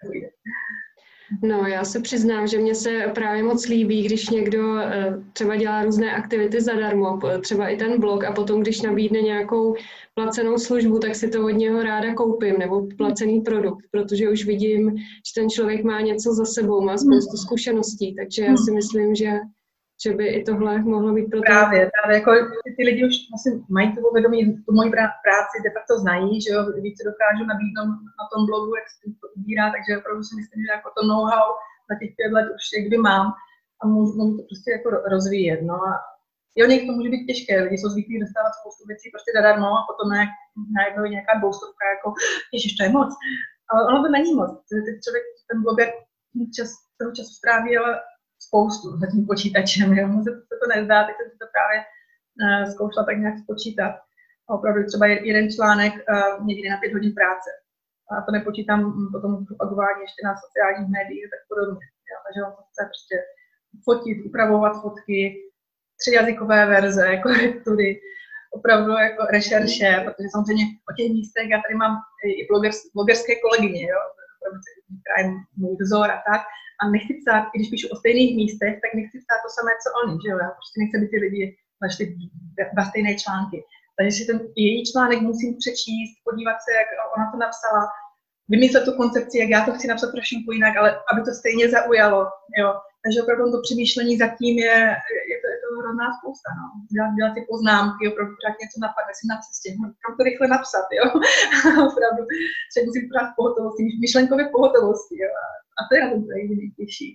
No, já se přiznám, že mně se právě moc líbí, když někdo třeba dělá různé aktivity zadarmo, třeba i ten blog, a potom, když nabídne nějakou placenou službu, tak si to od něho ráda koupím, nebo placený produkt, protože už vidím, že ten člověk má něco za sebou, má spoustu zkušeností, takže já si myslím, že, že by i tohle mohlo být pro to. Právě, právě jako ty lidi už vlastně mají to vědomí, tu moji práci de facto znají, že jo, víc se dokážu nabídnout na tom blogu, jak se to ubírá, takže opravdu si myslím, že jako to know-how za těch pět let už někdy mám, a můžu, můžu to prostě jako rozvíjet. No a jo, někdy to může být těžké, lidi jsou zvyklí dostávat spoustu věcí prostě zadarmo a potom na, najednou nějaká dvoustovka jako, ježiš, to je moc. Ale ono to není moc. Ten člověk, ten bloger čas, toho času stráví ale spoustu za tím počítačem. Jo. Mu se to, se to nezdá, tak jsem si to právě uh, zkoušela tak nějak spočítat. A opravdu třeba jeden článek uh, někdy na pět hodin práce. A to nepočítám potom propagování ještě na sociálních médiích a tak podobně. Jo. Takže on to chce prostě fotit, upravovat fotky, tři jazykové verze, korektury, opravdu jako rešerše, protože samozřejmě o těch místech já tady mám i blogers, blogerské kolegyně, jo, která je můj vzor a tak, a nechci psát, když píšu o stejných místech, tak nechci psát to samé, co oni, že jo, já prostě nechci, aby ty lidi našli dva stejné články. Takže si ten její článek musím přečíst, podívat se, jak ona to napsala, vymyslet tu koncepci, jak já to chci napsat trošku jinak, ale aby to stejně zaujalo, jo. Takže opravdu to přemýšlení zatím je, je to, je to hrozná spousta, no. Dělat, dělat si poznámky, opravdu pořád něco napadne si na cestě, kam to rychle napsat, jo. Opravdu, že musím pořád v pohotovosti, myšlenkově pohotovosti, jo. A to je na tom to nejtěžší.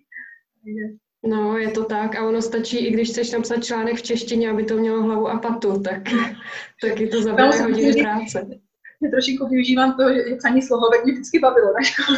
No, je to tak a ono stačí, i když chceš napsat článek v češtině, aby to mělo hlavu a patu, tak taky to zabere hodiny práce. Já trošku využívám to, že psaní slohovek mě vždycky bavilo na škole.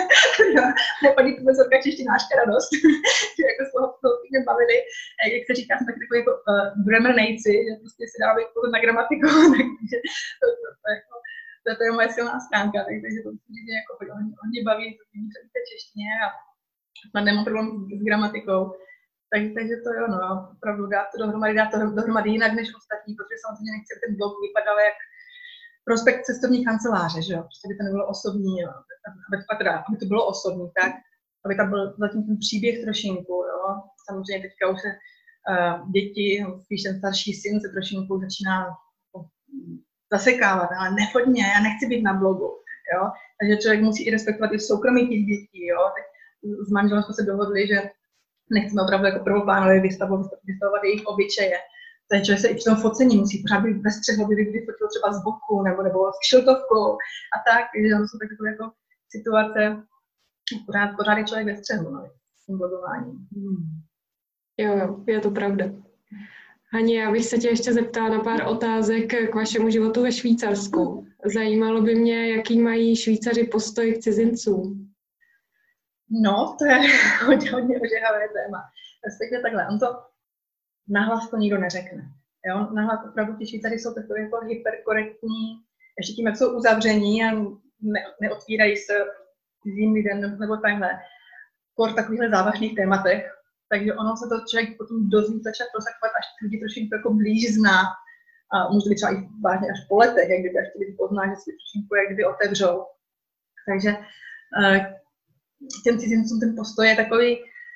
Ne, paní profesorka češtinářka radost, že jako slohovky mě bavily. Jak se říká, jsem taky takový jako uh, grammar nejci, že prostě si dávají pozor na gramatiku, takže to, to, to, jako, to, to je moje silná stránka, takže to musím říct, že jako hodně, hodně baví, to vidím v té češtině a snad nemám problém s gramatikou. Tak, takže to jo, no, opravdu dát to dohromady, dát to dohromady jinak než ostatní, protože samozřejmě nechci, aby ten blog vypadal jak prospekt cestovní kanceláře, že jo, prostě by to nebylo osobní, jo, aby, to, teda, aby to bylo osobní, tak, aby tam byl zatím ten příběh trošinku, jo, samozřejmě teďka už se uh, děti, spíš ten starší syn se trošinku začíná uh, zasekávat, ale nefoť mě, já nechci být na blogu, jo, takže člověk musí i respektovat i soukromí těch dětí, jo, tak s manželem jsme se dohodli, že nechceme opravdu jako prvoplánově vystavovat, vystavovat jejich obyčeje. Ten člověk se i při tom focení musí pořád být ve střehu, kdyby vyfotil třeba z boku nebo, nebo s kšiltovkou a tak, takže to jsou takové jako situace, pořád, pořád je člověk ve střehu, no, s tím blogováním. Hmm. Jo, jo, je to pravda. Hani, já bych se tě ještě zeptala na pár otázek k vašemu životu ve Švýcarsku. Zajímalo by mě, jaký mají Švýcaři postoj k cizincům. No, to je hodně, hodně ožehavé téma. Respektive takhle, on to nahlas to nikdo neřekne. Jo? Nahlas opravdu ti Švýcaři jsou takové jako hyperkorektní, ještě tím, jak jsou uzavření a ne, neotvírají se cizím lidem nebo takhle, kor takovýchhle závažných tématech. Takže ono se to člověk potom dozví začat prosakovat, až lidi trošku jako blíž zná. A může být třeba i vážně až po letech, jak kdyby až lidi pozná, že si trošku jak kdyby otevřou. Takže uh, těm cizincům ten postoj je takový,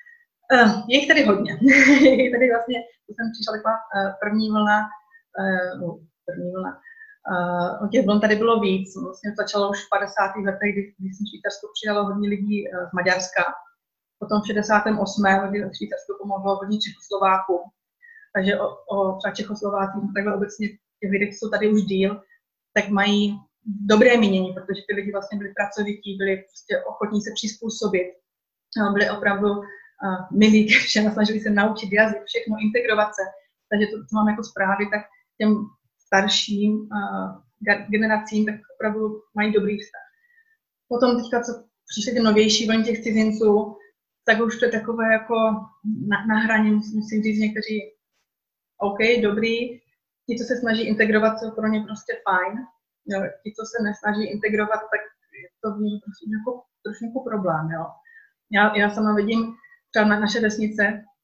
uh, je jich tady hodně. Je tady vlastně, když jsem přišla taková uh, první vlna, uh, no, první vlna, uh, těch vln tady bylo víc. Vlastně začalo už v padesátých letech, kdy, kdy jsem Švýcarsko přijalo hodně lidí uh, z Maďarska. Potom v šedesátém osmém kdy Švýcarsko pomohlo hodně Čechoslováků. Takže o, o třeba Čechoslovácích, takhle obecně těch lidí, jsou tady už díl, tak mají dobré mínění, protože ty lidi vlastně byli pracovití, byli prostě ochotní se přizpůsobit, byli opravdu uh, milí, všem snažili se naučit jazyk, všechno, integrovat se. Takže to, co mám jako zprávy, tak těm starším uh, generacím tak opravdu mají dobrý vztah. Potom teďka, co přišly ty novější vlny těch cizinců, tak už to je takové jako na, na hraně, musím říct, někteří OK, dobrý, ti, co se snaží integrovat, jsou pro ně prostě fajn. Jo, ti, co se nesnaží integrovat, tak to vidí prostě jako trošku problém. Jo. Já, já sama vidím, třeba na naše vesnice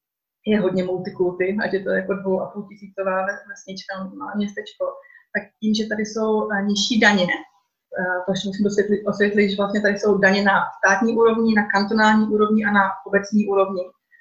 je hodně multikulty, ať je to jako dvou a půl tisícová vesnička, malé městečko, tak tím, že tady jsou nižší daně, to ještě musím dosvětlit, osvětlit, že vlastně tady jsou daně na státní úrovni, na kantonální úrovni a na obecní úrovni.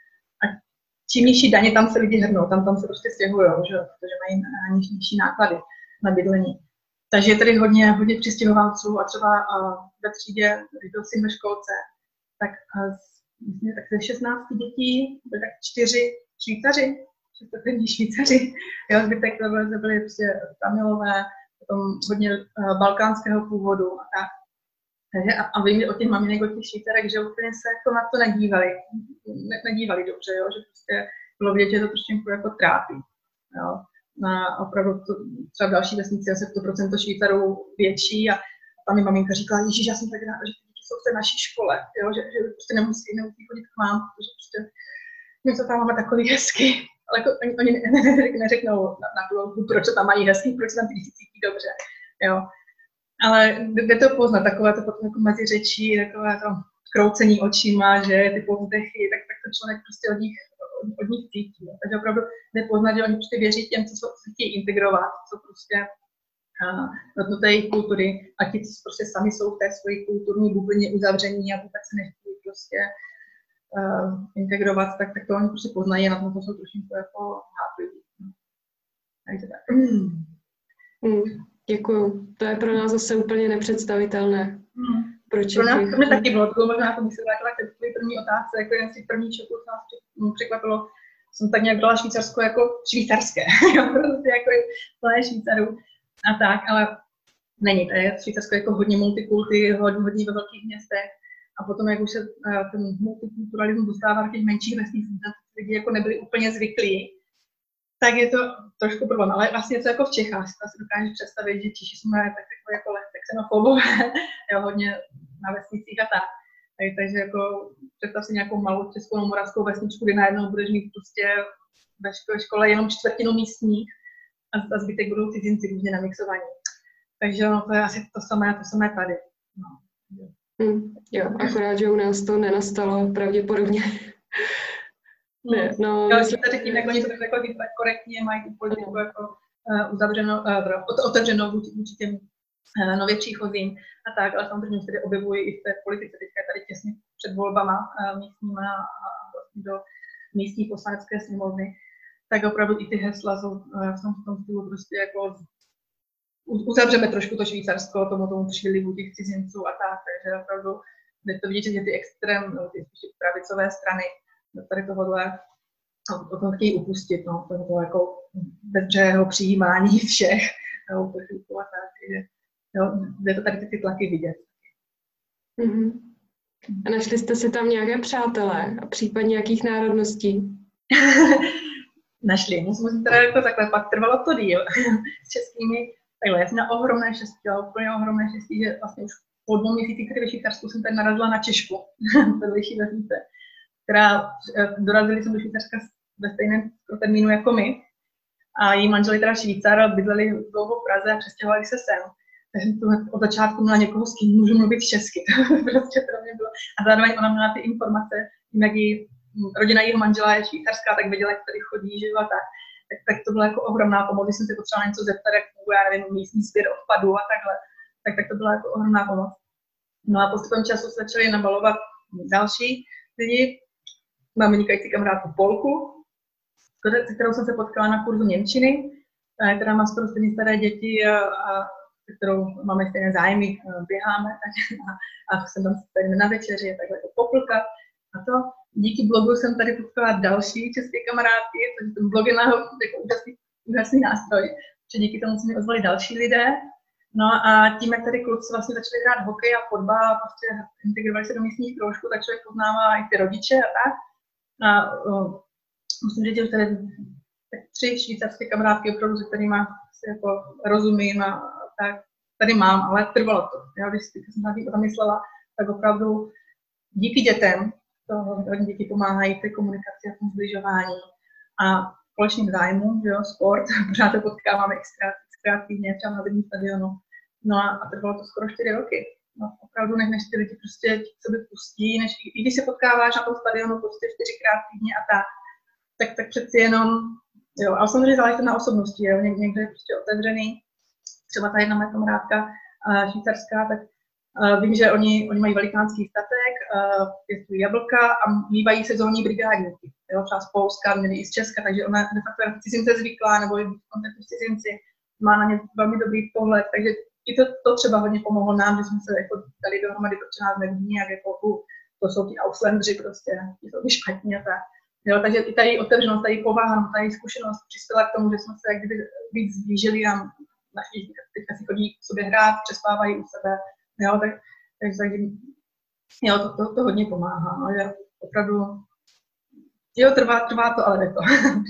A čím nižší daně, tam se lidi hrnou, tam, tam se prostě stěhují, že? Protože mají nižší, nižší náklady na bydlení. Takže je tady hodně, hodně přistěhovalců a třeba uh, ve třídě, když byl syn ve školce, tak uh, myslím, tak ze šestnácti dětí byly tak čtyři Švýcaři, čtyři Švýcaři, jo, zbytek to byly, to byly prostě Tamilové, potom hodně uh, balkánského původu a tak. Takže a, a vím, že od těch maminek, od těch Švýcarek, že úplně se jako na to nedívali. ne, nedívali dobře, jo? Že prostě bylo vidět, že to trošku jako trápí. Jo? A opravdu to, třeba v další vesnici asi to procento Švýcarů větší a tam mi maminka říkala, ježiš, já jsem tak ráda, že ty děti jsou v té naší škole, jo? Že, že prostě nemusí, nemusí chodit k vám, protože prostě my to tam máme takový hezky. Ale jako, oni, oni ne, ne, ne, neřeknou na, na tu, proč to tam mají hezký, proč tam ty děti cítí dobře. Jo? Ale jde to poznat, takové to potom jako mezi řečí, takové to kroucení očima, že ty povzdechy, tak, tak to člověk prostě od nich, od, od nich cítí. Jo. Takže opravdu jde poznat, že oni prostě věří těm, co se chtějí integrovat, co prostě uh, do té jejich kultury a ti, co prostě sami jsou v té svojí kulturní bublině uzavření a vůbec se nechtějí prostě uh, integrovat, tak, tak to oni prostě poznají a na tom to jsou trošku jako hápliví. Takže tak. Mm. Mm. Děkuju. To je pro nás zase úplně nepředstavitelné. Hmm. Proč pro nás to mě taky bylo, to bylo možná to by se vrátila k té první otázce, jako jeden z těch prvních šoků, co nás překvapilo, jsem tak nějak brala Švýcarsko jako švýcarské, prostě jako plné Švýcarů a tak, ale není, to je Švýcarsko jako hodně multikulty, hodně, hodně ve velkých městech a potom, jak už se ten multikulturalismus dostává do těch menších vesnicích, lidi jako nebyli úplně zvyklí, tak je to trošku problém, ale vlastně to jako v Čechách, si dokážeš představit, že Češi jsme tak jako, jako lehce xenofobové, jo, hodně na vesnicích a tak. Takže jako představ si nějakou malou českou nebo moravskou vesničku, kdy najednou budeš mít prostě ve škole jenom čtvrtinu místních a zbytek budou cizinci různě namixovaní. Takže no, to je asi to samé, to samé tady. No. Mm, jo, akorát, že u nás to nenastalo pravděpodobně. Ne, no, já myslím, že tím, jak oni to tak jako korektně mají tu politiku jako uh, uzavřeno, uh, otevřenou vůči těm uh, nově příchozím a tak, ale samozřejmě se tady objevují i v té politice, teďka je tady těsně před volbama uh, místníma a vlastně do místní poslanecké sněmovny, tak opravdu i ty hesla jsou uh, v tom, v tom stylu prostě jako uzavřeme trošku to Švýcarsko tomu tomu přílivu těch cizinců a tak, takže opravdu jde to vidět, že ty extrém, no, ty pravicové strany tady tohohle o tom chtějí upustit, no, toho jako bezbřehého přijímání všech, jo, a tak, že, jo, jde to tady ty tlaky vidět. Mm-hmm. A našli jste si tam nějaké přátelé a případně jakých národností? Našli, musím teda jako takhle, pak trvalo to díl s českými, takhle, já jsem na ohromné štěstí, ale úplně ohromné štěstí, že vlastně už po dvou měsících, které ve Švýcarsku jsem tady narazila na Češku, vedlejší vesnice, která dorazili jsem do Švýcarska ve stejném termínu jako my. A její manžel je teda Švýcar, bydleli dlouho v Praze a přestěhovali se sem. Takže jsem od začátku měla někoho, s kým můžu mluvit česky. prostě to mě bylo. A zároveň ona měla ty informace, tím, jak její rodina jejího manžela je švýcarská, tak věděla, jak tady chodí, že jo, a tak. Tak, tak to byla jako ohromná pomoc, když jsem si potřebovala něco zeptat, jak funguje, já nevím, místní sběr odpadů a takhle. Tak, tak to byla jako ohromná pomoc. No a postupem času se začaly nabalovat další lidi. Mám vynikající kamarádku Polku, se kterou jsem se potkala na kurzu němčiny, která má skoro stejně staré děti a, a se kterou máme stejné zájmy, běháme tak, a, a jsem tam tady na večeři, takhle jako poplka a to. Díky blogu jsem tady potkala další české kamarádky, takže ten blog je na jako úžasný, úžasný nástroj, že díky tomu se mi ozvali další lidé. No a tím, jak tady kluci vlastně začali hrát hokej a fotbal a prostě integrovali se do místních kroužků, tak člověk poznává i ty rodiče a tak. A uh, musím říct, že tady tak tři švýcarské kamarádky, opravdu, se kterými si jako rozumím a tak tady mám, ale trvalo to. Já, když jsem na tím zamyslela, tak opravdu díky dětem, to hodně děti pomáhají té komunikaci a tom zbližování a společným zájmům, že jo, sport, pořád se potkáváme xkrát týdně, třeba na zimním stadionu. No a, a trvalo to skoro čtyři roky. No, opravdu než, než ty lidi prostě k sobě pustí, než i když se potkáváš na tom stadionu prostě čtyřikrát týdně a tak, tak, tak přeci jenom, jo, ale samozřejmě záleží to na osobnosti, jo, Ně, někdo je prostě otevřený, třeba ta jedna moje kamarádka uh, švýcarská, tak uh, vím, že oni, oni mají velikánský statek, uh, pěstují jablka a mývají sezónní brigádníky, jo, třeba z Polska, měli i z Česka, takže ona de facto je cizince zvyklá, nebo je v kontaktu s cizinci, má na ně velmi dobrý pohled, takže i to, to třeba hodně pomohlo nám, že jsme se jako dali dohromady, protože nás nevidí nějak jako, to jsou ti Ausländři prostě, ti jsou špatní a tak. Jo, takže i tady otevřenost, tady povaha, tady zkušenost přispěla k tomu, že jsme se jak kdyby víc zblížili a naši teďka si chodí k sobě hrát, přespávají u sebe, jo, tak, takže, takže jo, to, to, to hodně pomáhá, no, že opravdu Jo, trvá, trvá to, ale jde to.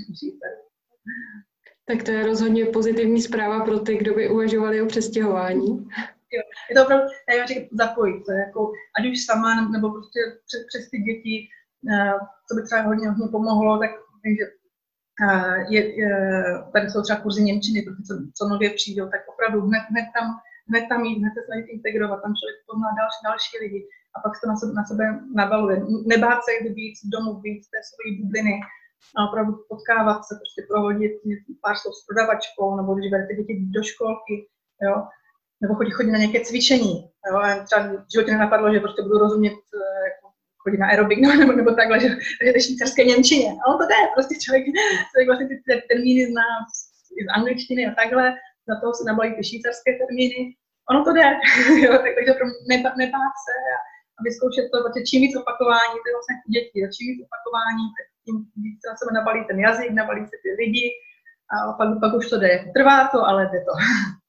Tak to je rozhodně pozitivní zpráva pro ty, kdo by uvažovali o přestěhování. Jo, je to opravdu, já říkám, zapojit se, jako, ať už sama, nebo prostě přes, přes ty děti, co by třeba hodně, hodně pomohlo, tak takže, je, je, tady jsou třeba kurzy němčiny, co, co nově přijdou, tak opravdu hned, hned, tam, hned tam jít, hned se snažit integrovat, tam člověk pozná další, další lidi a pak se to na sebe, na sebe nabaluje. Nebát se jít víc domů, víc té své bubliny a opravdu potkávat se, prostě prohodit pár slov s prodavačkou, nebo když berete děti do školky, jo, nebo chodit, chodit na nějaké cvičení. Jo. Třeba v životě nenapadlo, že prostě budu rozumět jako, chodit na aerobik nebo, nebo takhle, že, že to je švýcarské němčině. A on to jde, prostě člověk, člověk vlastně ty termíny zná z angličtiny a takhle, za toho se nabalí ty švýcarské termíny. Ono to jde, jo, takže nebát, nebát se a, a vyzkoušet to, protože čím víc opakování, to je vlastně děti, čím víc opakování, tím víc se na sebe nabalí ten jazyk, nabalí se ty lidi a pak, pak už to jde. Trvá to, ale jde to.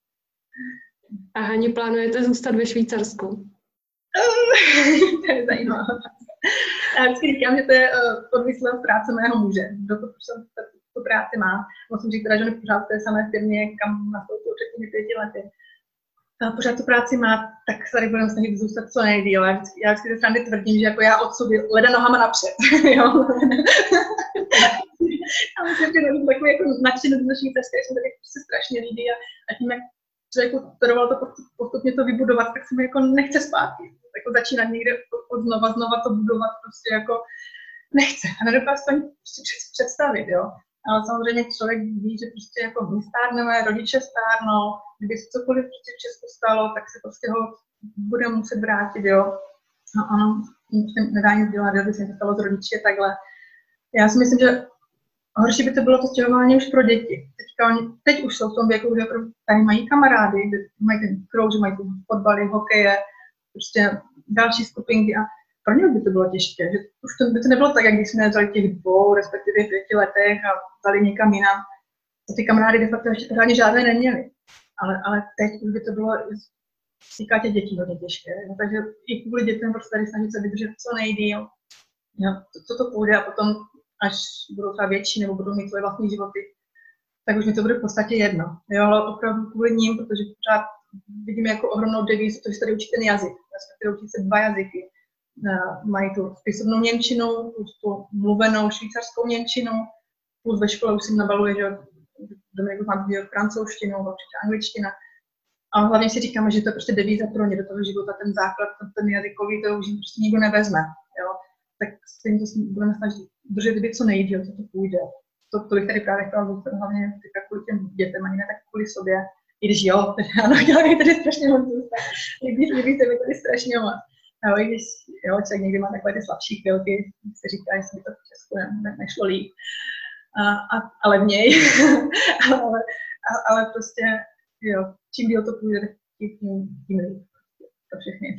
A Hani, plánujete zůstat ve Švýcarsku? To je zajímavé. Já vždycky říkám, že to je odvislé od práce mého muže. Dokud jsem tu práci má. Musím říct, že on je pořád v té samé firmě, kam nastoupil před těmi pěti lety. A pořád tu práci má, tak se tady budeme snažit zůstat co nejdýl. Já vždycky, já vždycky ze strany tvrdím, že jako já odsud leda nohama napřed. A myslím, že to takový jako nadšený do Švýcarska, že se mi prostě strašně líbí a, a tím, jak člověku trvalo to postupně to vybudovat, tak se mi jako nechce zpátky. Jako začínat někde od znova, znova to budovat prostě jako nechce. A nedokážu to ani prostě představit, jo. Ale samozřejmě člověk ví, že prostě jako my stárneme, rodiče stárnou, kdyby se cokoliv prostě v Česku stalo, tak se prostě ho bude muset vrátit, jo. No ano, tím nedá nic dělat, kdyby se to stalo z rodiče, takhle. Já si myslím, že horší by to bylo to stěhování už pro děti. Teďka oni, teď už jsou v tom věku, že tady mají kamarády, mají ten krouh, že mají fotbaly, hokeje, prostě další skupinky a pro ně by to bylo těžké. Že už to, by to nebylo tak, jak když jsme vzali těch dvou, respektive pěti letech a vzali někam jinam. Ty kamarády de facto ještě pořádně žádné neměli. Ale, ale teď už by to bylo týká těch dětí hodně těžké. No, takže i kvůli dětem prostě tady snažit se vydržet co nejdýl. Jo, to, co to půjde a potom až budou třeba větší nebo budou mít svoje vlastní životy, tak už mi to bude v podstatě jedno. Jo, ale opravdu kvůli ním, protože pořád vidíme jako ohromnou devízu, to, že tady učí ten jazyk, respektive učí se dva jazyky. Mají tu spisovnou němčinu, plus tu mluvenou švýcarskou němčinu, plus ve škole už si nabaluje, že Dominik už má vydělat francouzštinu, určitě angličtina. A hlavně si říkáme, že to je prostě devíza pro ně do toho života, ten základ, ten jazykový, to už jim prostě nikdo nevezme. Jo. Tak s tím to budeme snažit držet být co nejdýl, co to půjde. To, tolik tady právě chtěla zůstat, hlavně kvůli těm dětem, ani ne tak kvůli sobě. I když jo, tedy ano, dělají tady strašně moc zůstat. Líbí, líbí se mi tady strašně moc. Jo, i když jo, člověk někdy má takové ty slabší chvilky, se říká, že se mi to v Česku ne, ne, nešlo líp. A, a, ale v něj. ale, a, ale prostě, jo, čím díl to půjde, tak tím, tím líp. To všechny.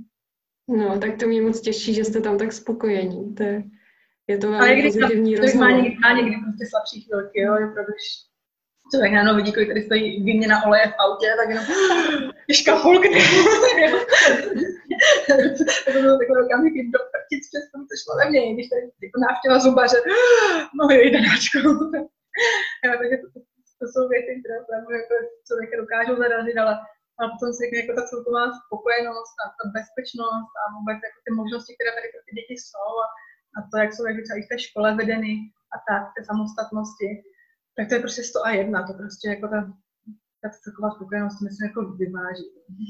No, tak to mě moc těší, že jste tam tak spokojení. To je, je to velmi velmi pozitivní rozhovor. Má někdy, má někdy prostě slabší chvilky, jo, je opravdu, člověk ráno vidí, kolik tady stojí výměna oleje v autě, tak jenom těžká půlka. To bylo takové okamžiky do prtic přes to, co šlo ve mně, když tady jako návštěva zubaře, no jo, jdenáčko. Takže to, to, to jsou věci, které opravdu jako člověka dokážou zarazit, ale a potom si jako ta celková spokojenost a ta bezpečnost a vůbec jako ty možnosti, které tady pro ty děti jsou a, a to, jak jsou jak třeba i v té škole vedeny a tak, té samostatnosti, tak to je prostě sto a jedna, to prostě jako ta, ta celková spokojenost, myslím, jako vyváží.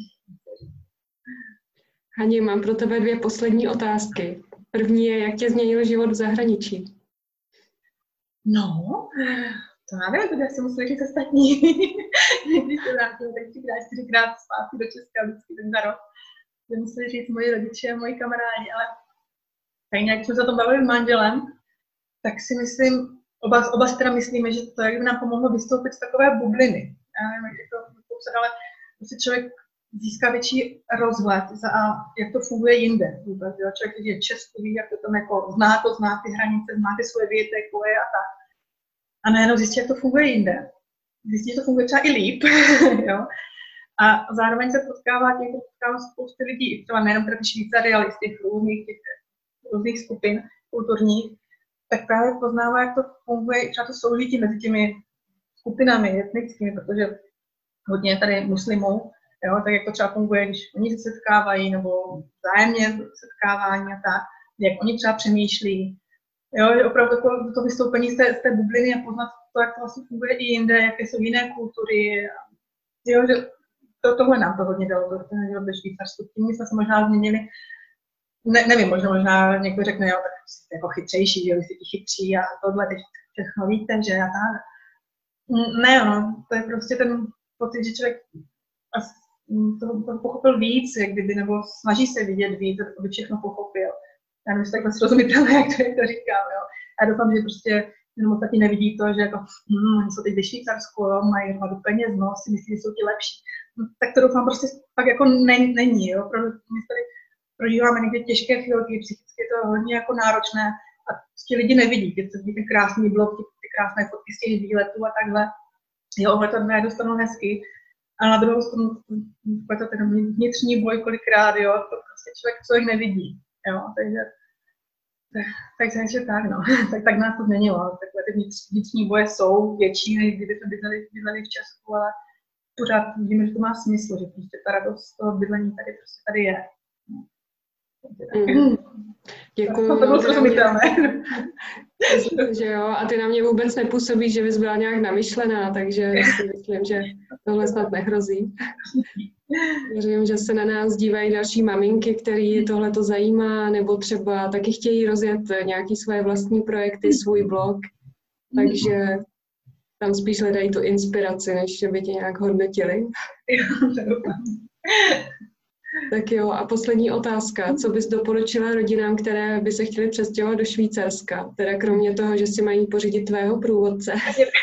Hani, mám pro tebe dvě poslední otázky. První je, jak tě změnil život v zahraničí? No, to já nevím, to já si musím říct ostatní. Když se vrátím, tak třikrát, čtyřikrát zpátky do Česka, vždycky ten za rok. To musím říct moji rodiče a moji kamarádi, ale tak nějak jsme se o tom bavili s manželem, tak si myslím, oba, oba si teda myslíme, že to jak by nám pomohlo vystoupit z takové bubliny. Já nevím, jak to popsat, ale prostě člověk získá větší rozhled za jak to funguje jinde. Vůbec, jo? Člověk, když je Česku, ví, jak to tam jako zná, to zná ty hranice, zná ty svoje věty, koje a tak. A najednou zjistí, jak to funguje jinde. Zjistí, že to funguje třeba i líp. Jo? A zároveň se potkává těch, potkává spousty lidí, třeba nejenom ty Švýcary, ale i z těch různých, těch různých skupin kulturních. tak právě poznává, jak to funguje, třeba to soužití mezi těmi skupinami etnickými, protože hodně tady muslimů, jo, tak jak to třeba funguje, když oni se setkávají, nebo vzájemně setkávání a tak, jak oni třeba přemýšlí. Jo, že opravdu to, to vystoupení z té, z té bubliny a poznat to, jak to vlastně funguje i jinde, jaké jsou jiné kultury. Jo, že to, tohle nám to hodně dalo, to život ve Švýcarsku. Tím my jsme se možná změnili, ne, nevím, možná, možná někdo řekne, jo, tak jste jako chytřejší, že vy jste ti chytří a tohle teď všechno víte, že a tak. Ne, no, to je prostě ten pocit, že člověk toho pochopil víc, jak kdyby, nebo snaží se vidět víc, aby všechno pochopil. Já nevím, že takhle srozumitelné, jak to, jak to říkám, jo. Já doufám, že prostě jenom ostatní nevidí to, že jako, hm, oni jsou teď ve Švýcarsku, jo, mají hromadu peněz, no, si myslí, že jsou ti lepší. No, tak to doufám prostě pak jako ne, není, jo. Protože my tady prožíváme někdy těžké chvilky, psychicky je to hodně jako náročné a ti lidi nevidí, ty, ty krásný blog, ty, ty krásné fotky z těch výletů a takhle. Jo, ohle to nedostanou hezky. A na druhou stranu je to ten vnitřní boj kolikrát, jo, to prostě člověk, člověk nevidí, jo, takže, tak, takže tak, no, tak, tak nás to změnilo, takhle ty vnitřní boje jsou větší, než kdyby jsme bydleli, bydleli v Česku, ale pořád vidíme, že to má smysl, že prostě ta radost z toho bydlení tady prostě tady je. Mm. Děkuju. To bylo srozumitelné. Myslím, že jo, a ty na mě vůbec nepůsobíš, že bys byla nějak namyšlená, takže si myslím, že tohle snad nehrozí. Věřím, že se na nás dívají další maminky, který tohle to zajímá, nebo třeba taky chtějí rozjet nějaký svoje vlastní projekty, svůj blog, takže tam spíš hledají tu inspiraci, než že by tě nějak hodnotili. Tak jo, a poslední otázka. Co bys doporučila rodinám, které by se chtěly přestěhovat do Švýcarska? Teda kromě toho, že si mají pořídit tvého průvodce.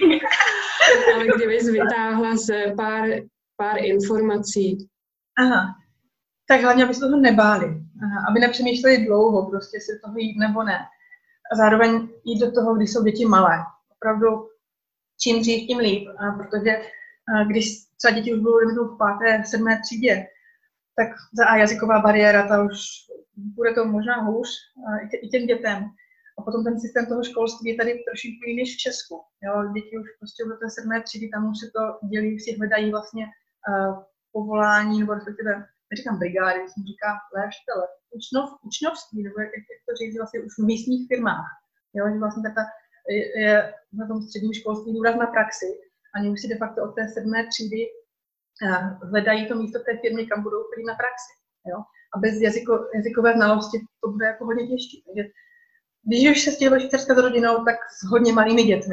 Ale kdybys vytáhla se pár, pár informací. Aha. Tak hlavně, aby se toho nebáli. Aha. Aby nepřemýšleli dlouho, prostě jestli toho jít nebo ne. A zároveň jít do toho, když jsou děti malé. Opravdu čím dřív, tím líp. A protože když třeba děti už budou v páté, sedmé třídě, tak za a jazyková bariéra, ta už bude to možná hůř i těm dětem. A potom ten systém toho školství je tady trošku jiný než v Česku. Jo, děti už prostě do té sedmé třídy, tam už se to dělí, si hledají vlastně uh, povolání, nebo respektive, neříkám brigády, jsem říká léštele, učnov, učňovství, nebo jak, jak to říct vlastně už v místních firmách. Jo, že vlastně ta je, je na tom středním školství důraz na praxi. A oni už si de facto od té sedmé třídy hledají to místo v té firmě, kam budou chodit na praxi. Jo? A bez jazyko, jazykové znalosti to bude jako hodně těžké. Takže když už se stěhuje Švýcarska s rodinou, tak s hodně malými dětmi.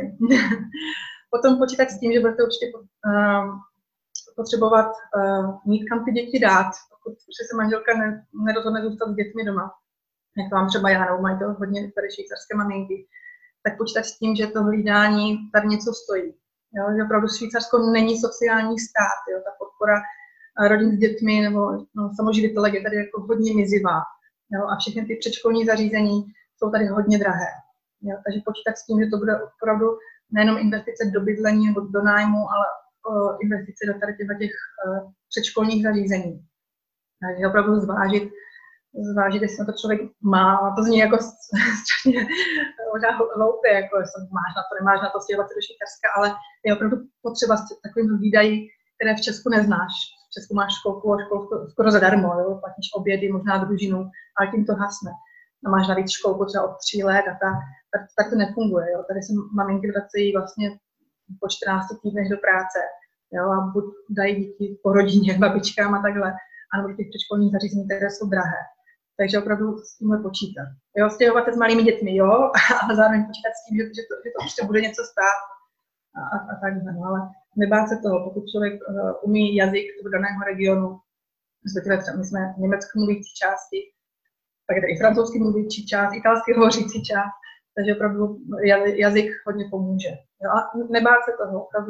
Potom počítat s tím, že budete určitě uh, potřebovat uh, mít kam ty děti dát, pokud se manželka ne, nerozhodne zůstat s dětmi doma. Jak to mám třeba já, nebo mají to hodně tady švýcarské maminky, tak počítat s tím, že to hlídání tady něco stojí. Jo, že opravdu Švýcarsko není sociální stát, jo, ta podpora rodin s dětmi nebo no, samoživitelek je tady jako hodně mizivá. Jo, a všechny ty předškolní zařízení jsou tady hodně drahé. Jo, takže počítat s tím, že to bude opravdu nejenom investice do bydlení nebo do nájmu, ale o, investice do tady těch, těch uh, předškolních zařízení. Takže opravdu zvážit, zvážit, jestli na to člověk má. A to zní jako strašně možná hloupě, jako jestli máš na to, nemáš na to stěhovat se do Švýcarska, ale je opravdu potřeba s takovým výdají, které v Česku neznáš. V Česku máš školku a školku skoro zadarmo, jo? Platíš obědy, možná družinu, ale tím to hasne. A máš navíc školku třeba od tří let a tak, tak, tak to nefunguje. Jo? Tady se maminky vracejí vlastně po čtrnácti týdnech do práce, jo? A buď dají děti po rodině, babičkám a takhle, anebo do těch předškolních zařízení, které jsou drahé. Takže opravdu s tímhle počítat. Jo, stěhovat se s malými dětmi, jo, ale zároveň počítat s tím, že, že, to, že to ještě bude něco stát a, a, a tak no, ale nebát se toho, pokud člověk uh, umí jazyk v daného regionu, respektive třeba my jsme německy mluvící části, tak je to i francouzsky mluvící část, italsky hovořící část, takže opravdu jazyk hodně pomůže. Jo, a nebát se toho, opravdu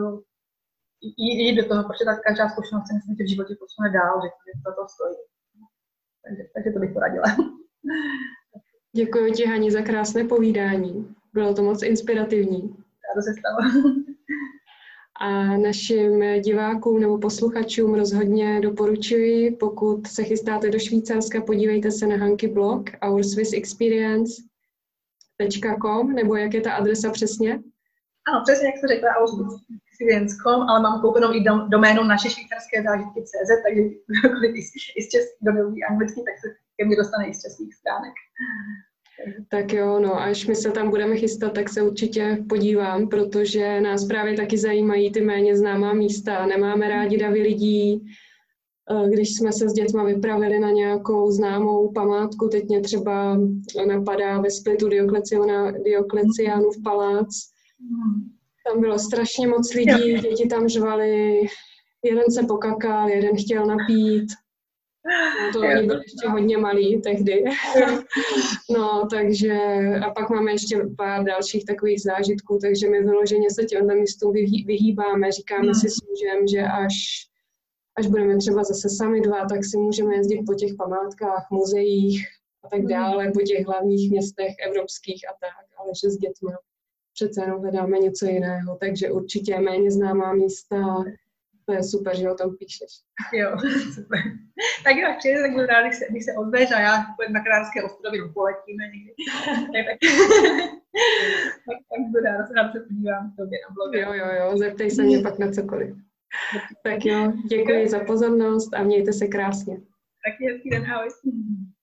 jít, jít do toho, protože ta každá zkušenost se myslím, že v životě posune dál, že to, to stojí. Takže, takže to bych poradila. Děkuji ti, Hani, za krásné povídání. Bylo to moc inspirativní. Ráda se stalo. A našim divákům nebo posluchačům rozhodně doporučuji, pokud se chystáte do Švýcarska, podívejte se na Hanky blog, Our Swiss Experience. tečka com, nebo jak je ta adresa přesně? Ano, přesně jak jsi řekla, experience tečka com, ale mám koupenou i dom, doménu naše švýcarské zážitky tečka cé zet, takže kdokoliv i z český, kdo neumí anglicky, tak se ke mně dostane i z českých stránek. Tak jo, no až my se tam budeme chystat, tak se určitě podívám, protože nás právě taky zajímají ty méně známá místa. Nemáme rádi davy lidí. Když jsme se s dětma vypravili na nějakou známou památku, teď mě třeba napadá ve Splitu Diokleciánův palác. Tam bylo strašně moc lidí, děti tam řvali, jeden se pokakal, jeden chtěl napít. No, to oni byli ještě hodně malí tehdy. No, takže a pak máme ještě pár dalších takových zážitků, takže my vyloženě se těmhle místům vyhýbáme. Říkáme si s mužem, že až, až budeme třeba zase sami dva, tak si můžeme jezdit po těch památkách, muzeích a tak dále, po těch hlavních městech evropských a tak, ale že s dětmi přece jenom hledáme něco jiného, takže určitě méně známá místa. To je super, že o tom píšeš. Jo, super. Tak jo, až přijde, tak budu rád, když se, když se ozveš a já půjdu na Kanárské ostrovy, no poletíme někdy. tak, tak, tak, tak budu rád, rád se podívám k tobě na blogu. Jo, jo, jo, zeptej se mě pak na cokoliv. Tak jo, děkuji za pozornost a mějte se krásně. Taky hezký den, ahoj.